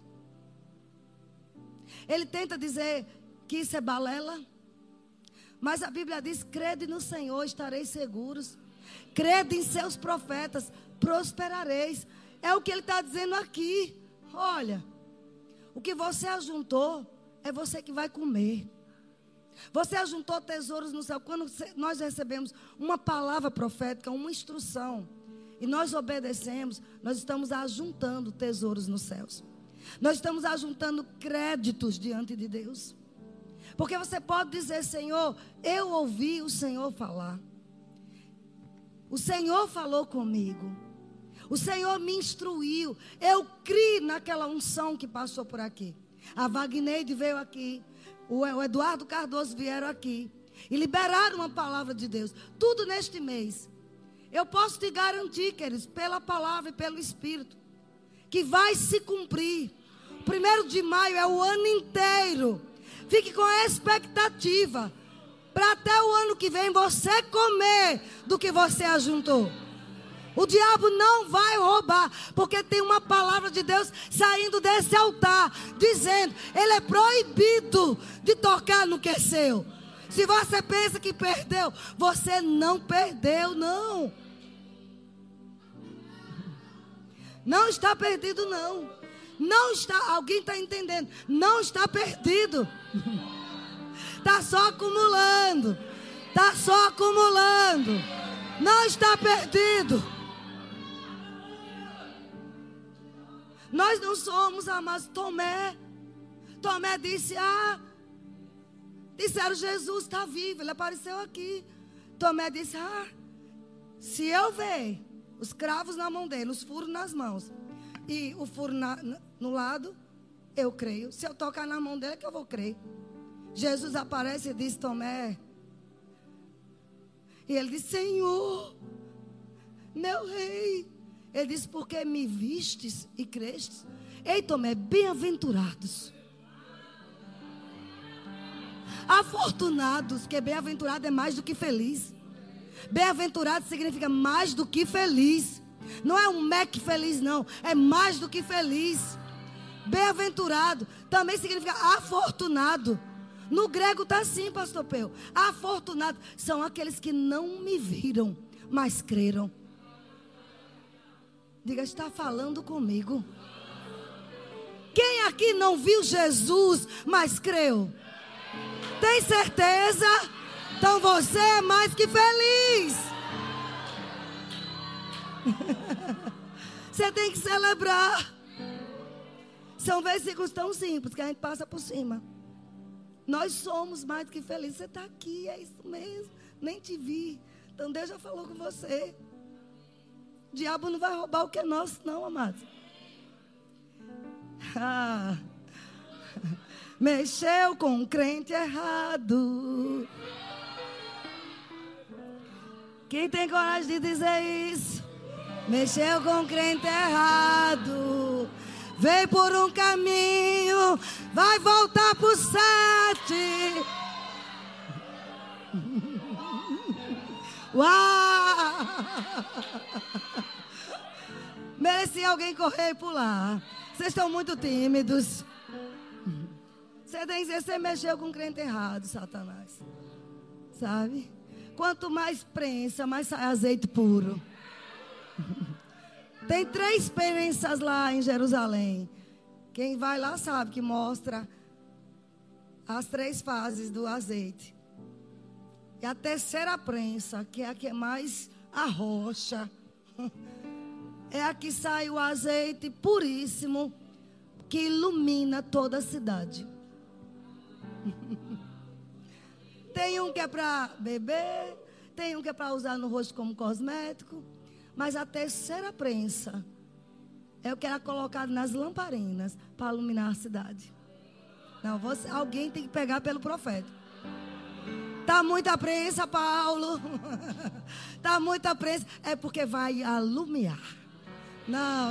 Ele tenta dizer que isso é balela. Mas a Bíblia diz, crede no Senhor, estareis seguros. Crede em seus profetas, prosperareis. É o que ele está dizendo aqui. Olha, o que você ajuntou, é você que vai comer. Você ajuntou tesouros no céu. Quando nós recebemos uma palavra profética, uma instrução, e nós obedecemos, nós estamos ajuntando tesouros nos céus. Nós estamos ajuntando créditos diante de Deus. Porque você pode dizer: Senhor, eu ouvi o Senhor falar. O Senhor falou comigo. O Senhor me instruiu. Eu criei naquela unção que passou por aqui. A Wagneide veio aqui. O Eduardo Cardoso vieram aqui. E liberaram uma palavra de Deus. Tudo neste mês. Eu posso te garantir, queridos, pela palavra e pelo Espírito, que vai se cumprir. 1º de maio é o ano inteiro. Fique com a expectativa para até o ano que vem você comer do que você ajuntou. O diabo não vai roubar, porque tem uma palavra de Deus saindo desse altar, dizendo: ele é proibido de tocar no que é seu. Se você pensa que perdeu, você não perdeu, não. Não está perdido, não. Não está, alguém está entendendo? Não está perdido. Está só acumulando. Está só acumulando. Não está perdido. Nós não somos, amados. Tomé disse: disseram, Jesus está vivo, ele apareceu aqui. Tomé disse: se eu ver os cravos na mão dele, os furos nas mãos e o furo no lado, eu creio. Se eu tocar na mão dele, é que eu vou crer. Jesus aparece e diz: Tomé. E ele diz: Senhor, meu rei. Ele diz: porque me vistes e crestes. Ei, Tomé, bem-aventurados. Afortunados, que bem-aventurado é mais do que feliz. Bem-aventurado significa mais do que feliz. Não é um Mac feliz, não. É mais do que feliz. Bem-aventurado também significa afortunado. No grego está assim, pastor Peu. Afortunado são aqueles que não me viram, mas creram. Diga: está falando comigo. Quem aqui não viu Jesus, mas creu? Tem certeza? Então você é mais que feliz. Você tem que celebrar. São versículos tão simples que a gente passa por cima. Nós somos mais do que felizes. Você está aqui, é isso mesmo. Nem te vi. Então Deus já falou com você. O diabo não vai roubar o que é nosso, não, amados. Mexeu com um crente errado. Quem tem coragem de dizer isso? Mexeu com um crente errado. Veio por um caminho, vai voltar por 7. Uau! Merecia alguém correr e pular. Vocês estão muito tímidos. Você tem que dizer: você mexeu com um crente errado, Satanás. Sabe? Quanto mais prensa, mais sai azeite puro. Tem 3 prensas lá em Jerusalém. Quem vai lá sabe que mostra as 3 fases do azeite. E a terceira prensa, que é a que é mais arrocha, é a que sai o azeite puríssimo, que ilumina toda a cidade. Tem um que é para beber, tem um que é para usar no rosto como cosmético. Mas a terceira prensa é o que era colocado nas lamparinas para iluminar a cidade. Não, alguém tem que pegar pelo profeta. Tá muita prensa, Paulo. Tá muita prensa. É porque vai alumiar. Não.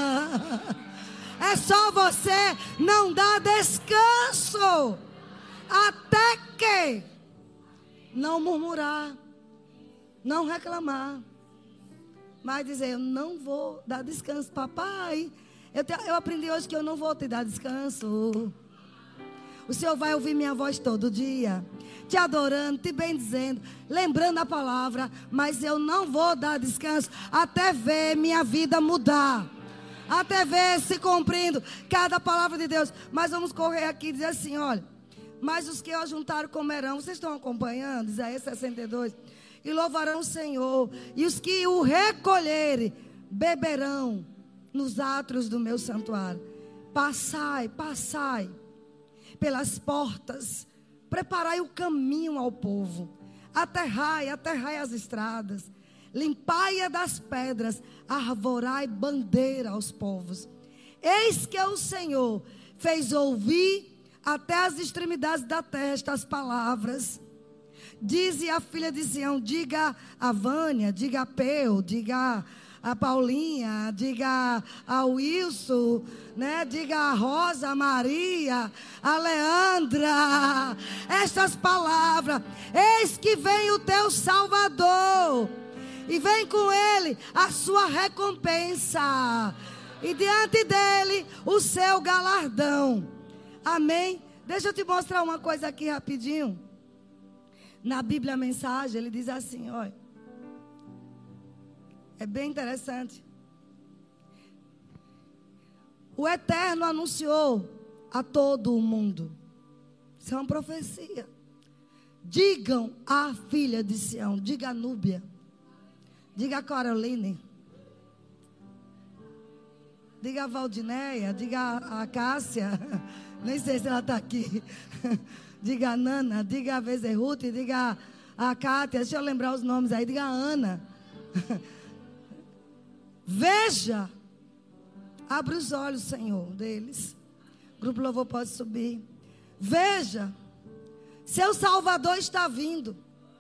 É só você não dar descanso. Até que não murmurar. Não reclamar. Mas dizer: eu não vou dar descanso, papai. Eu aprendi hoje que eu não vou te dar descanso. O Senhor vai ouvir minha voz todo dia, te adorando, te bendizendo, lembrando a palavra. Mas eu não vou dar descanso até ver minha vida mudar. Até ver se cumprindo cada palavra de Deus. Mas vamos correr aqui e dizer assim: olha. Mas os que ajuntaram comerão. Vocês estão acompanhando? Isaías 62. e louvarão o Senhor. E os que o recolherem beberão nos átrios do meu santuário. Passai, passai pelas portas, preparai o caminho ao povo. Aterrai, aterrai as estradas. Limpai-a das pedras, arvorai bandeira aos povos. Eis que o Senhor fez ouvir até as extremidades da terra estas palavras. Dize a filha de Sião, diga a Vânia, diga a Peu, diga a Paulinha, diga a Wilson, né? Diga a Rosa, a Maria, a Leandra, estas palavras. Eis que vem o teu Salvador, e vem com ele a sua recompensa, e diante dele o seu galardão. Amém? Deixa eu te mostrar uma coisa aqui rapidinho. Na Bíblia a Mensagem, ele diz assim, olha. É bem interessante. O Eterno anunciou a todo o mundo. Isso é uma profecia. Digam à filha de Sião, diga a Núbia, diga a Caroline, diga a Valdineia, diga a Cássia, nem sei se ela está aqui. Diga a Nana, diga a Vezerute, diga a Cátia, deixa eu lembrar os nomes aí, diga a Ana. Veja, abre os olhos, Senhor, deles. O grupo louvor pode subir. Veja, seu Salvador está vindo.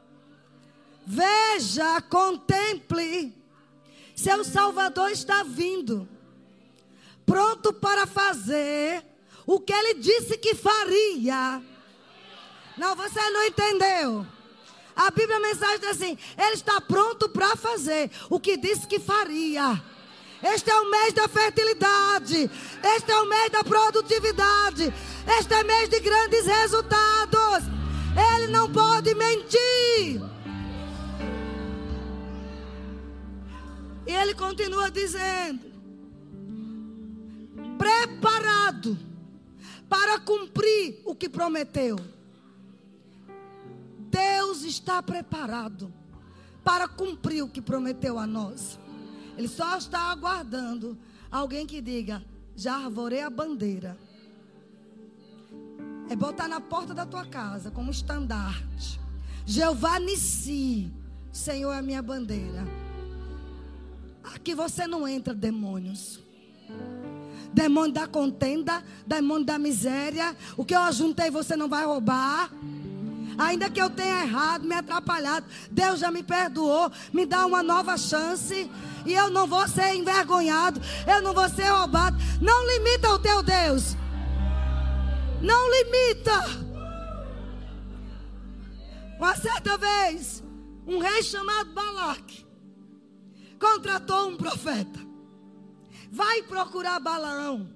Veja, contemple, seu Salvador está vindo, pronto para fazer o que ele disse que faria. Não, você não entendeu. A Bíblia, a Mensagem diz assim, ele está pronto para fazer o que disse que faria. Este é o mês da fertilidade, este é o mês da produtividade, este é o mês de grandes resultados. Ele não pode mentir. E ele continua dizendo, preparado para cumprir o que prometeu. Deus está preparado para cumprir o que prometeu a nós. Ele só está aguardando alguém que diga, já arvorei a bandeira. É botar na porta da tua casa como estandarte. Jeová Nissi, Senhor é a minha bandeira. Aqui você não entra, demônios. Demônio da contenda, demônio da miséria. O que eu ajuntei você não vai roubar. Ainda que eu tenha errado, me atrapalhado, Deus já me perdoou, me dá uma nova chance. E eu não vou ser envergonhado, eu não vou ser roubado. Não limita o teu Deus. Não limita. Uma certa vez, um rei chamado Balaque contratou um profeta. Vai procurar Balaão,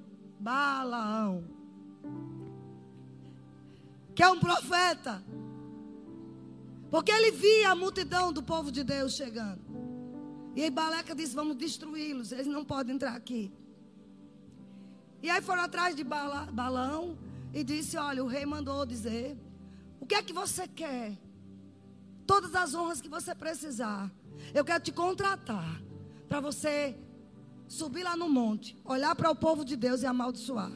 que é um profeta, porque ele via a multidão do povo de Deus chegando. E aí Balaque disse, vamos destruí-los, eles não podem entrar aqui. E aí foram atrás de Balaão e disse, olha, o rei mandou dizer, o que é que você quer? Todas as honras que você precisar. Eu quero te contratar para você subir lá no monte, olhar para o povo de Deus e amaldiçoar.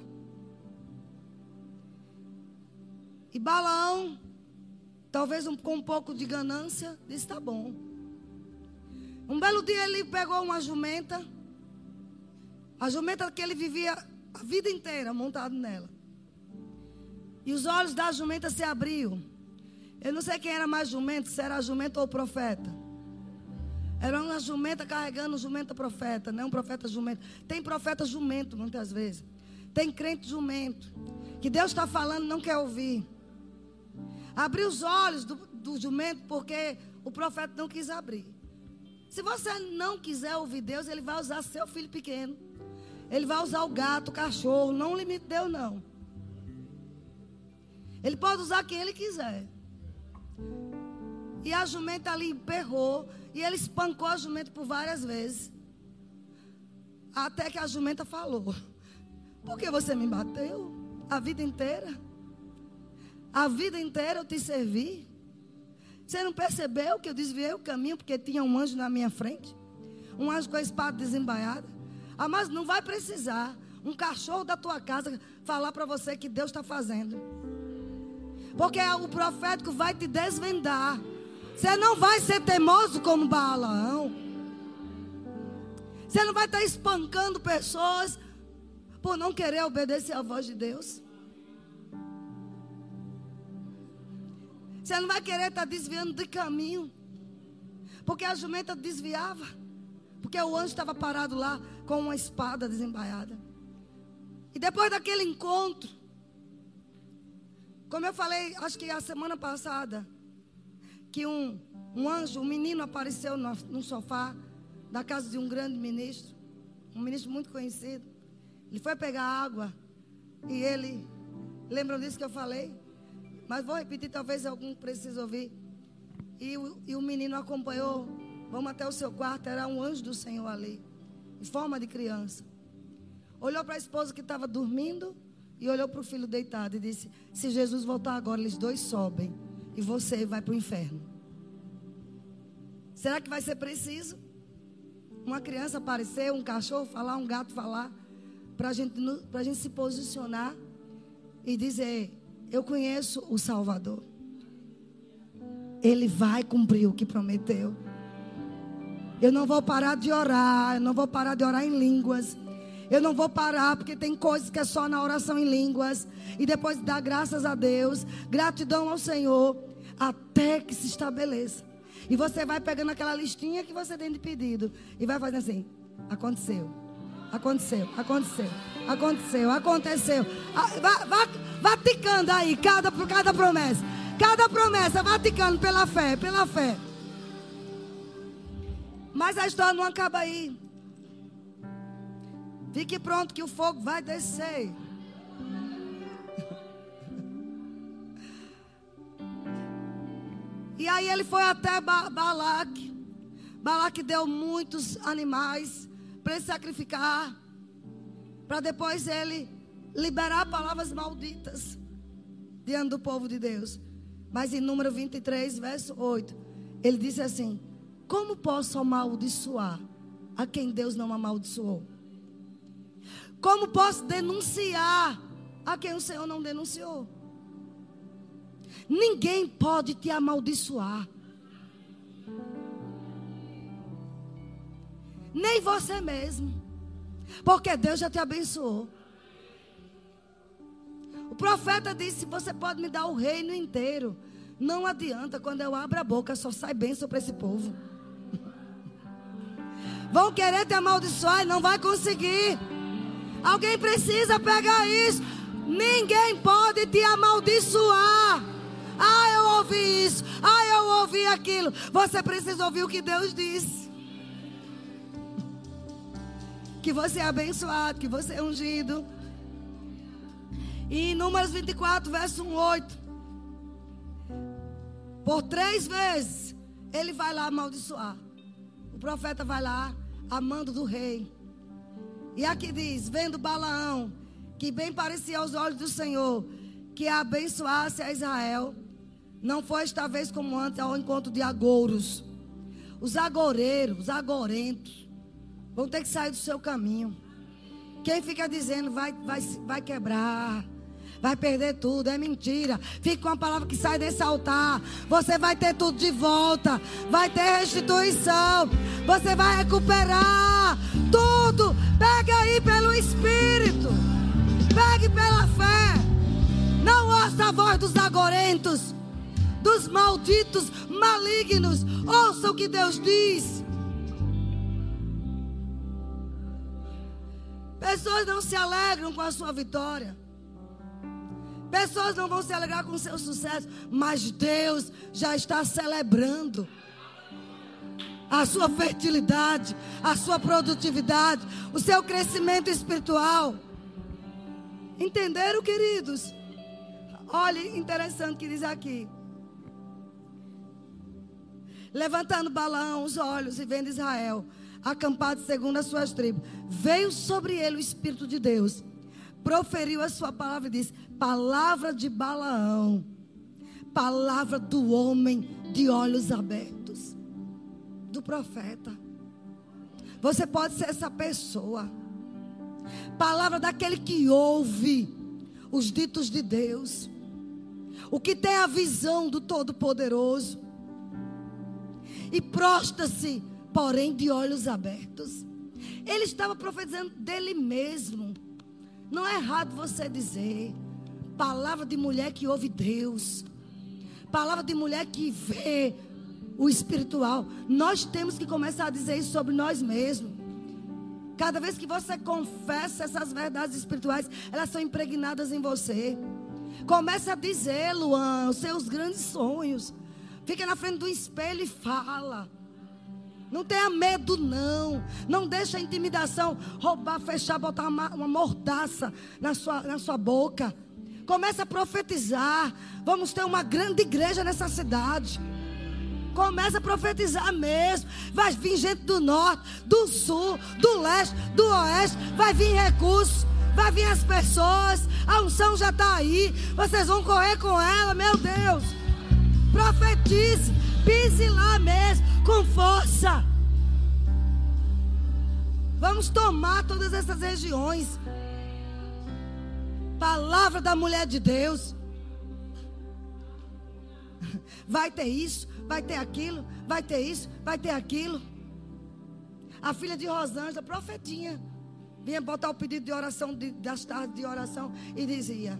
E Balaão, talvez com um pouco de ganância, disse, tá bom. Um belo dia ele pegou uma jumenta, a jumenta que ele vivia a vida inteira montado nela. E os olhos da jumenta se abriam. Eu não sei quem era mais jumento, se era a jumenta ou o profeta. Era uma jumenta carregando um jumenta profeta, não um profeta jumento. Tem profeta jumento muitas vezes. Tem crente jumento, que Deus está falando e não quer ouvir. Abriu os olhos do jumento porque o profeta não quis abrir. Se você não quiser ouvir Deus, ele vai usar seu filho pequeno. Ele vai usar o gato, o cachorro, não limite Deus não. Ele pode usar quem ele quiser. E a jumenta ali emperrou. E ele espancou a jumenta por várias vezes. Até que a jumenta falou, por que você me bateu a vida inteira? A vida inteira eu te servi. Você não percebeu que eu desviei o caminho porque tinha um anjo na minha frente? Um anjo com a espada desembaiada. Ah, mas não vai precisar um cachorro da tua casa falar para você que Deus está fazendo. Porque o profético vai te desvendar. Você não vai ser teimoso como Balaão. Você não vai estar espancando pessoas por não querer obedecer à voz de Deus. Você não vai querer estar desviando de caminho. Porque a jumenta desviava. Porque o anjo estava parado lá com uma espada desembaiada. E depois daquele encontro, como eu falei, acho que a semana passada, que um anjo, um menino apareceu no sofá da casa de um grande ministro, um ministro muito conhecido. Ele foi pegar água e ele, lembram disso que eu falei? Mas vou repetir, talvez algum precise ouvir. E o menino acompanhou, vamos até o seu quarto, era um anjo do Senhor ali, em forma de criança. Olhou para a esposa que estava dormindo e olhou para o filho deitado e disse: se Jesus voltar agora, eles dois sobem e você vai para o inferno. Será que vai ser preciso uma criança aparecer, um cachorro falar, um gato falar, para a gente se posicionar e dizer: eu conheço o Salvador, Ele vai cumprir o que prometeu. Eu não vou parar de orar, eu não vou parar de orar em línguas. Eu não vou parar, porque tem coisas que é só na oração em línguas. E depois dar graças a Deus, gratidão ao Senhor, até que se estabeleça. E você vai pegando aquela listinha que você tem de pedido e vai fazendo assim: aconteceu, aconteceu, aconteceu, aconteceu, aconteceu. Vá ticando aí, cada promessa. Cada promessa, vá ticando pela fé, pela fé. Mas a história não acaba aí. Fique pronto que o fogo vai descer. E aí ele foi até Balaque. Balaque deu muitos animais para ele sacrificar, para depois ele liberar palavras malditas diante do povo de Deus. Mas em número 23, verso 8, ele disse assim: como posso amaldiçoar a quem Deus não amaldiçoou? Como posso denunciar a quem o Senhor não denunciou? Ninguém pode te amaldiçoar. Nem você mesmo. Porque Deus já te abençoou. O profeta disse: você pode me dar o reino inteiro. Não adianta, quando eu abro a boca só sai bênção para esse povo. Vão querer te amaldiçoar e não vai conseguir. Alguém precisa pegar isso. Ninguém pode te amaldiçoar. Ah, eu ouvi isso. Ah, eu ouvi aquilo. Você precisa ouvir o que Deus disse. Que você é abençoado, que você é ungido. E em Números 24, verso 8. Por 3 vezes ele vai lá amaldiçoar. O profeta vai lá a mando do rei. E aqui diz: vendo Balaão, que bem parecia aos olhos do Senhor, que abençoasse a Israel, não foi esta vez como antes ao encontro de agouros. Os agoureiros, os agorentos, vão ter que sair do seu caminho. Quem fica dizendo vai quebrar, vai perder tudo, é mentira. Fique com a palavra que sai desse altar. Você vai ter tudo de volta, vai ter restituição, você vai recuperar tudo. Pegue aí pelo Espírito, pegue pela fé. Não ouça a voz dos agorentos, dos malditos, malignos. Ouça o que Deus diz. Pessoas não se alegram com a sua vitória. Pessoas não vão se alegrar com o seu sucesso. Mas Deus já está celebrando a sua fertilidade, a sua produtividade, o seu crescimento espiritual. Entenderam, queridos? Olha, interessante que diz aqui: levantando Balaão os olhos e vendo Israel acampado segundo as suas tribos, veio sobre ele o Espírito de Deus, proferiu a sua palavra e disse: palavra de Balaão, palavra do homem de olhos abertos do profeta. Você pode ser essa pessoa. Palavra daquele que ouve os ditos de Deus, o que tem a visão do Todo-Poderoso e prostra-se, porém, de olhos abertos. Ele estava profetizando dele mesmo. Não é errado você dizer. Palavra de mulher que ouve Deus. Palavra de mulher que vê o espiritual. Nós temos que começar a dizer isso sobre nós mesmos. Cada vez que você confessa essas verdades espirituais, elas são impregnadas em você. Comece a dizer, Luan, os seus grandes sonhos. Fica na frente do espelho e fala. Não tenha medo, não. Não deixe a intimidação roubar, fechar, botar uma mordaça na sua boca. Comece a profetizar. Vamos ter uma grande igreja nessa cidade. Comece a profetizar mesmo. Vai vir gente do norte, do sul, do leste, do oeste. Vai vir recursos. Vai vir as pessoas. A unção já está aí. Vocês vão correr com ela, meu Deus. Profetize. Pise lá mesmo, com força. Vamos tomar todas essas regiões. Palavra da mulher de Deus. Vai ter isso, vai ter aquilo, vai ter isso, vai ter aquilo. A filha de Rosângela, profetinha, vinha botar o pedido de oração das tardes de oração e dizia: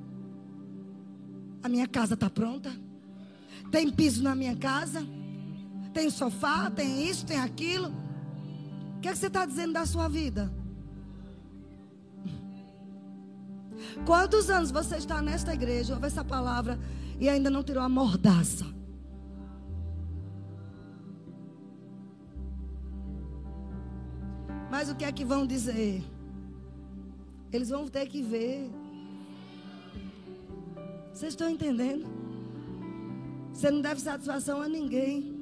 a minha casa está pronta. Tem piso na minha casa. Tem sofá, tem isso, tem aquilo. O que é que você está dizendo da sua vida? Quantos anos você está nesta igreja, ouve essa palavra e ainda não tirou a mordaça? Mas o que é que vão dizer? Eles vão ter que ver. Vocês estão entendendo? Você não deve satisfação a ninguém.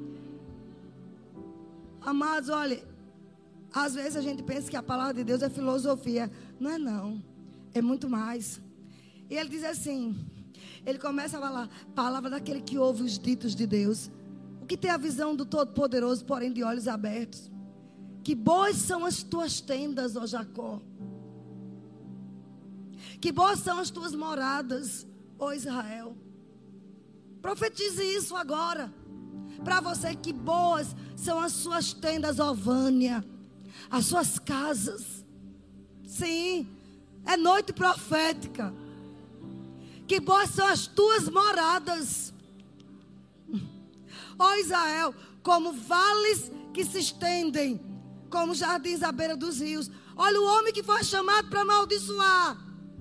Amados, olha, às vezes a gente pensa que a palavra de Deus é filosofia. Não é não, é muito mais. E ele diz assim, ele começa a falar, palavra daquele que ouve os ditos de Deus, o que tem a visão do Todo-Poderoso, porém de olhos abertos. Que boas são as tuas tendas, ó Jacó. Que boas são as tuas moradas, ó Israel. Profetize isso agora. Para você, que boas são as suas tendas, ó Vânia. As suas casas. Sim, é noite profética. Que boas são as tuas moradas, ó Israel, como vales que se estendem, como jardins à beira dos rios. Olha o homem que foi chamado para amaldiçoar,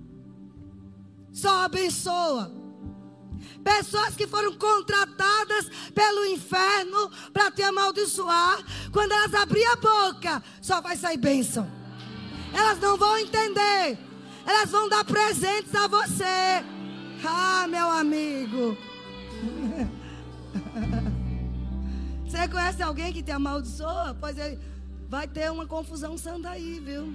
só abençoa. Pessoas que foram contratadas pelo inferno para te amaldiçoar, quando elas abrirem a boca, só vai sair bênção. Elas não vão entender. Elas vão dar presentes a você. Ah, meu amigo. Você conhece alguém que te amaldiçoa? Pois vai ter uma confusão santa aí, viu?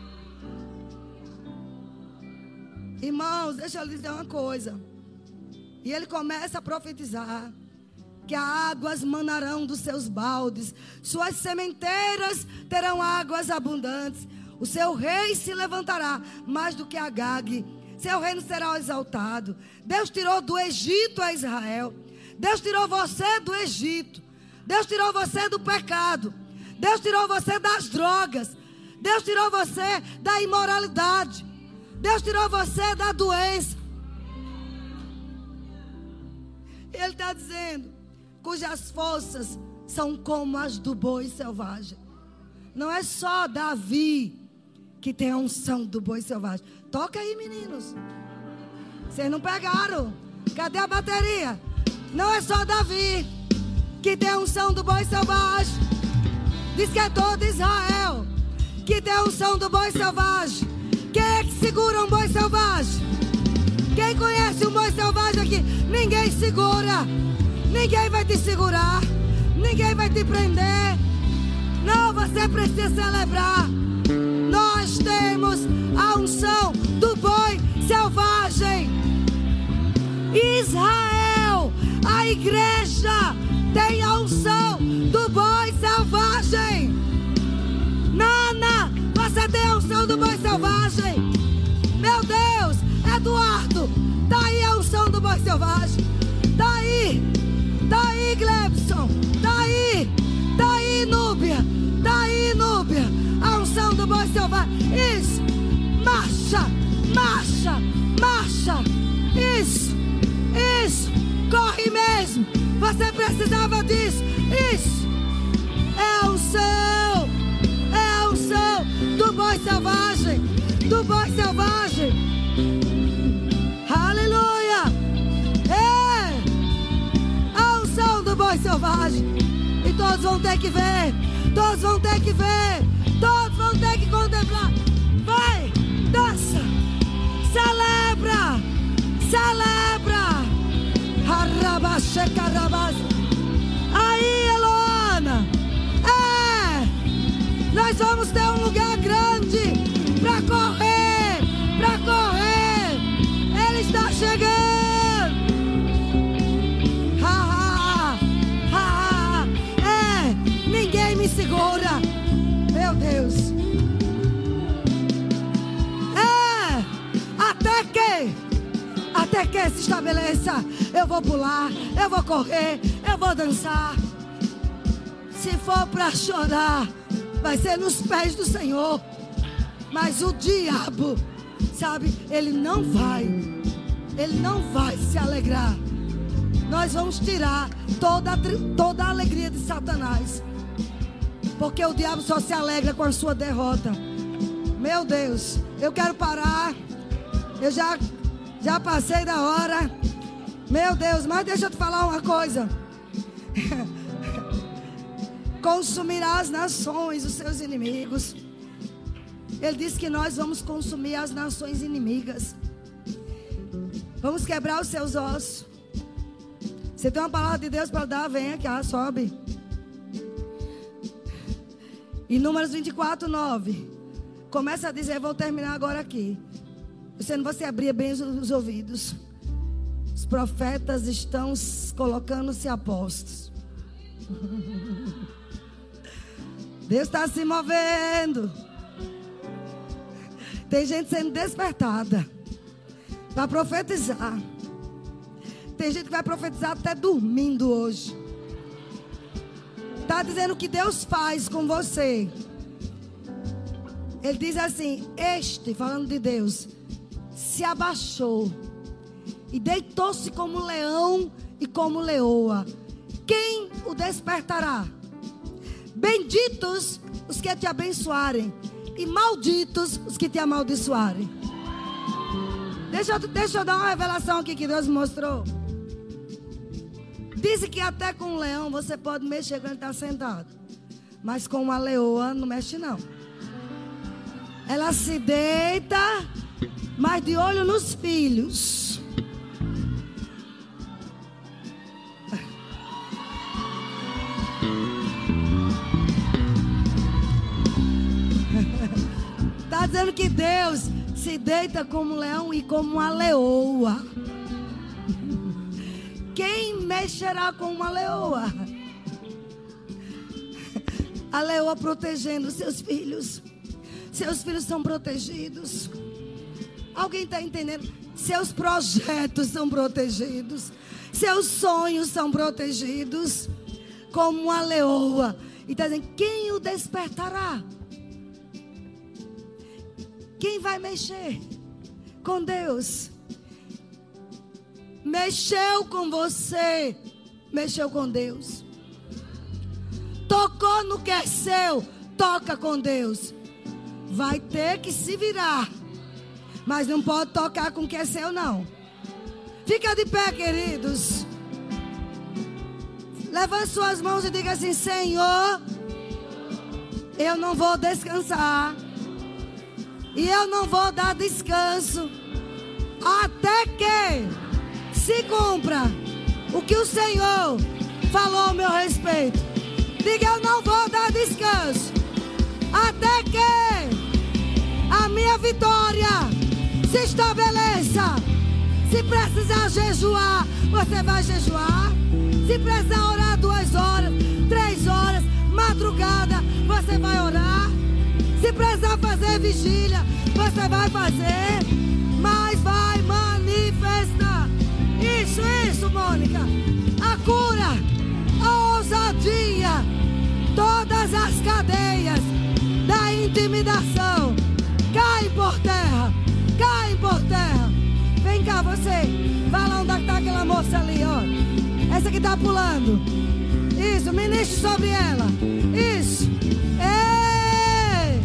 Irmãos, deixa eu lhes dizer uma coisa. E ele começa a profetizar que águas manarão dos seus baldes, suas sementeiras terão águas abundantes. O seu rei se levantará mais do que Agag. Seu reino será exaltado. Deus tirou do Egito a Israel. Deus tirou você do Egito. Deus tirou você do pecado. Deus tirou você das drogas. Deus tirou você da imoralidade. Deus tirou você da doença. Ele está dizendo, cujas forças são como as do boi selvagem. Não é só Davi que tem a unção do boi selvagem. Toca aí, meninos. Vocês não pegaram. Cadê a bateria? Não é só Davi que tem a unção do boi selvagem. Diz que é todo Israel que tem a unção do boi selvagem. Quem é que segura um boi selvagem? Quem conhece um boi selvagem aqui? Ninguém segura. Ninguém vai te segurar. Ninguém vai te prender. Não, você precisa celebrar. Nós temos a unção do boi selvagem. Israel, a A igreja tem a unção do boi selvagem. Nana, você tem a unção do boi selvagem. Meu Deus, Eduardo, tá aí a unção do boi selvagem. Tá aí Glebson, tá aí Núbia, a unção do boi selvagem. Isso, marcha, isso, corre mesmo, você precisava disso. Isso, é a unção do boi selvagem, aleluia, a unção do boi selvagem. E todos vão ter que ver, todos vão ter que contemplar. Vai, dança, celebra, aí, Eloana, nós vamos ter um lugar grande para correr, ele está chegando, ninguém me segura, meu Deus, até que se estabeleça. Eu vou pular, eu vou correr, eu vou dançar. Se for para chorar, vai ser nos pés do Senhor. Mas o diabo, sabe, ele não vai se alegrar. Nós vamos tirar toda a alegria de Satanás, porque o diabo só se alegra com a sua derrota. Meu Deus, eu quero parar. Eu já passei da hora. Meu Deus, mas deixa eu te falar uma coisa. Consumirá as nações, os seus inimigos. Ele disse que nós vamos consumir as nações inimigas. Vamos quebrar os seus ossos. Você tem uma palavra de Deus para dar? Vem aqui, sobe. Em Números 24:9. Começa a dizer, vou terminar agora aqui. Você abria bem os ouvidos. Os profetas estão colocando-se a postos. Deus está se movendo. Tem gente sendo despertada para profetizar. Tem gente que vai profetizar até dormindo hoje. Está dizendo o que Deus faz com você. Ele diz assim, falando de Deus, se abaixou e deitou-se como leão e como leoa. Quem o despertará? Benditos os que te abençoarem e malditos os que te amaldiçoarem. Deixa eu dar uma revelação aqui que Deus me mostrou. Disse que até com um leão você pode mexer quando ele está sentado, mas com uma leoa não mexe não. Ela se deita, mas de olho nos filhos. Está dizendo que Deus se deita como um leão e como uma leoa. Quem mexerá com uma leoa? A leoa protegendo seus filhos. Seus filhos são protegidos. Alguém está entendendo? Seus projetos são protegidos. Seus sonhos são protegidos. Como uma leoa. E está dizendo, quem o despertará? Quem vai mexer com Deus? Mexeu com você, mexeu com Deus. Tocou no que é seu, toca com Deus. Vai ter que se virar, mas não pode tocar com o que é seu não. Fica de pé, queridos. Levante suas mãos e diga assim, Senhor, eu não vou descansar. E eu não vou dar descanso até que se cumpra o que o Senhor falou ao meu respeito. Diga, eu não vou dar descanso até que a minha vitória se estabeleça. Se precisar jejuar, você vai jejuar. Se precisar orar 2 horas, 3 horas, madrugada, você vai orar. Se precisar fazer vigília, você vai fazer. Mas vai manifestar. Isso, Mônica. A cura, a ousadia, todas as cadeias da intimidação caem por terra. Caem por terra. Vem cá, você. Vai lá onde está aquela moça ali, ó. Essa que está pulando. Isso, ministre sobre ela. Isso. Ei!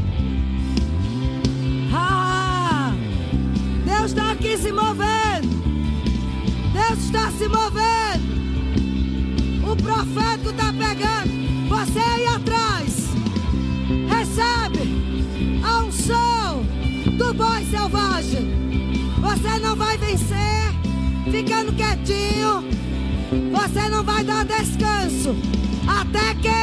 Deus está aqui se movendo. Deus está se movendo. O profético está pegando você aí atrás. Recebe a unção do boi selvagem. Você não vai vencer ficando quietinho. Você não vai dar descanso até que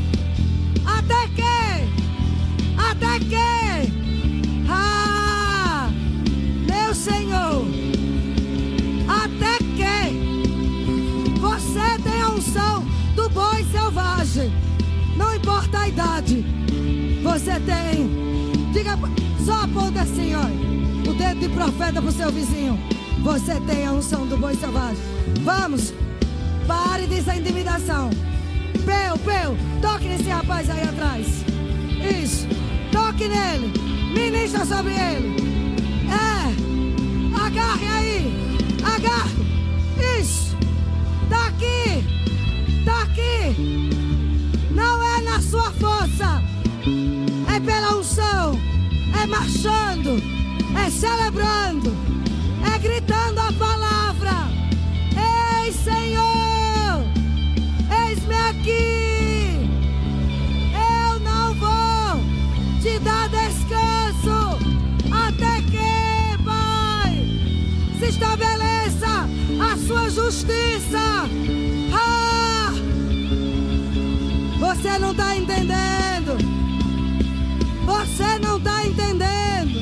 meu Senhor, até que você tenha a unção do boi selvagem. Não importa a idade, você tem. Diga, só aponta assim, ó, o dedo de profeta pro seu vizinho. Você tem a unção do boi selvagem. Vamos, pare dessa intimidação. Peu, toque nesse rapaz aí atrás. Isso, toque nele, ministra sobre ele. Agarre aí, agarre. Isso, tá aqui. Não é na sua força, é pela unção, é marchando, é celebrando, é gritando a palavra. Ei, Senhor, eis-me aqui. Eu não vou te dar descanso até que, Pai, se estabeleça a sua justiça. Você não está entendendo. Você não está entendendo.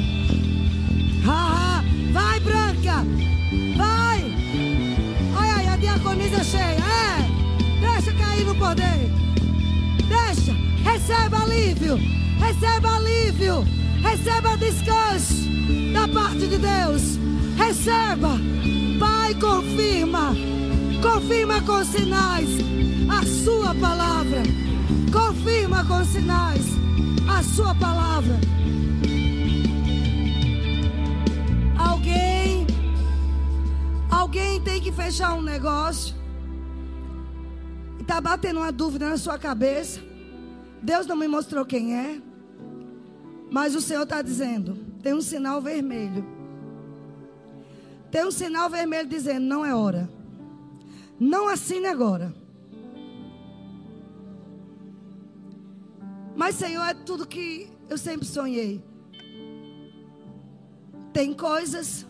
Vai, Branca. Vai. Olha, a diaconisa é cheia. Deixa cair no poder. Deixa. Receba alívio. Receba alívio. Receba descanso da parte de Deus. Receba. Pai, confirma. Confirma com sinais a sua palavra. Confirma com sinais a sua palavra. Alguém tem que fechar um negócio e está batendo uma dúvida na sua cabeça. Deus não me mostrou quem é, mas o Senhor está dizendo, tem um sinal vermelho. Tem um sinal vermelho dizendo, não é hora. Não assine agora. Mas, Senhor, é tudo que eu sempre sonhei. Tem coisas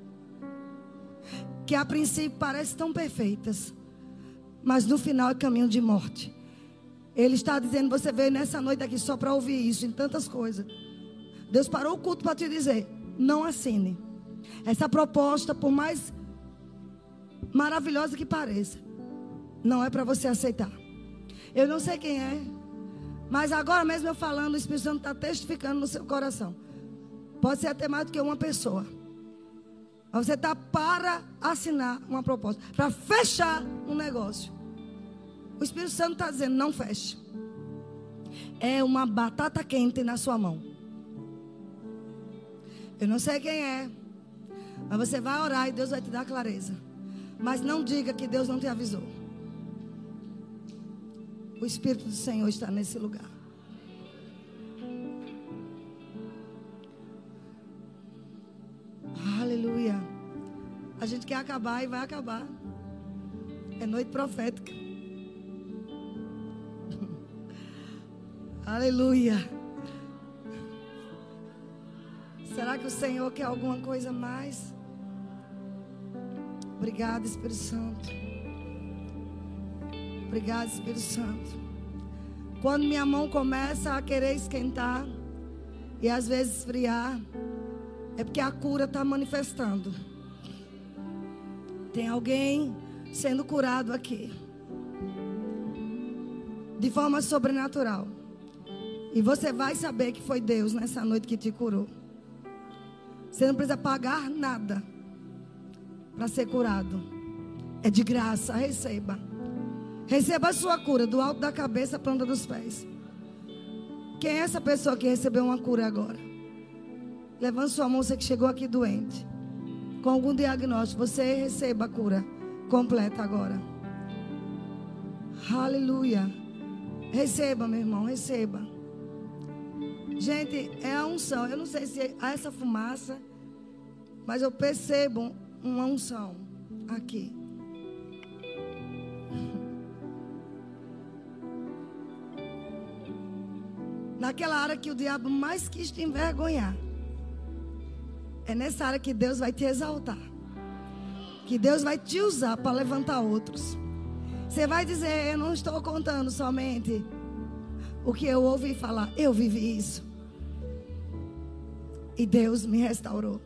que a princípio parecem tão perfeitas, mas no final é caminho de morte. Ele está dizendo, você veio nessa noite aqui só para ouvir isso, em tantas coisas. Deus parou o culto para te dizer, não assine. Essa proposta, por mais maravilhosa que pareça, não é para você aceitar. Eu não sei quem é, mas agora mesmo eu falando, o Espírito Santo está testificando no seu coração. Pode ser até mais do que uma pessoa. Mas você está para assinar uma proposta, para fechar um negócio. O Espírito Santo está dizendo, não feche. É uma batata quente na sua mão. Eu não sei quem é, mas você vai orar e Deus vai te dar clareza. Mas não diga que Deus não te avisou. O Espírito do Senhor está nesse lugar. Aleluia. A gente quer acabar e vai acabar. É noite profética. Aleluia. Será que o Senhor quer alguma coisa mais? Obrigado, Espírito Santo. Obrigado, Espírito Santo. Quando minha mão começa a querer esquentar e às vezes esfriar, é porque a cura está manifestando. Tem alguém sendo curado aqui, de forma sobrenatural. E você vai saber que foi Deus nessa noite que te curou. Você não precisa pagar nada para ser curado. É de graça, receba. Receba a sua cura, do alto da cabeça à planta dos pés. Quem é essa pessoa que recebeu uma cura agora? Levante sua mão, você que chegou aqui doente, com algum diagnóstico. Você receba a cura completa agora. Aleluia. Receba, meu irmão, receba. Gente, é a unção. Eu não sei se há essa fumaça, mas eu percebo uma unção aqui. Naquela área que o diabo mais quis te envergonhar. É nessa área que Deus vai te exaltar. Que Deus vai te usar para levantar outros. Você vai dizer: eu não estou contando somente o que eu ouvi falar. Eu vivi isso. E Deus me restaurou.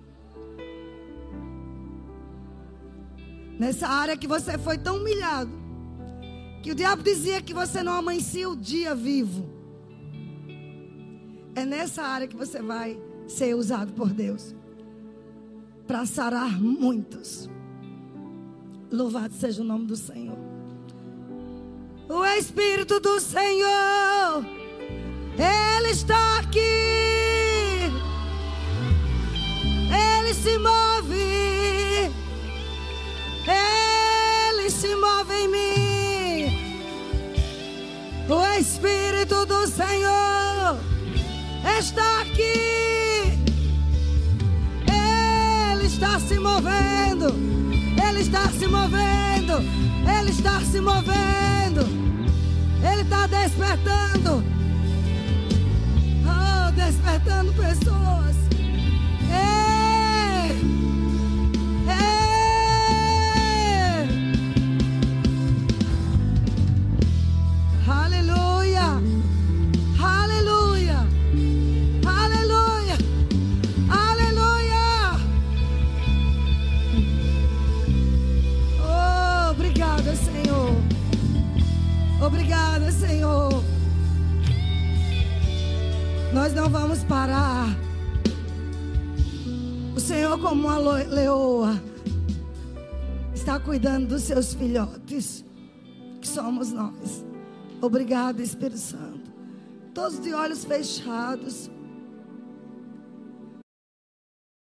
Nessa área que você foi tão humilhado, que o diabo dizia que você não amanhecia o dia vivo. É nessa área que você vai ser usado por Deus para sarar muitos. Louvado seja o nome do Senhor. O Espírito do Senhor, Ele está aqui. Ele se move. Ele se move em mim. O Espírito do Senhor está aqui. Ele está se movendo. Ele está se movendo. Ele está se movendo. Ele está despertando. Oh, despertando pessoas. Ei! Ei! Aleluia! Aleluia! Aleluia! Aleluia! Oh, obrigada, Senhor. Obrigada, Senhor. Nós não vamos parar. O Senhor, como uma leoa, está cuidando dos seus filhotes, que somos nós. Obrigada, Espírito Santo. Todos de olhos fechados.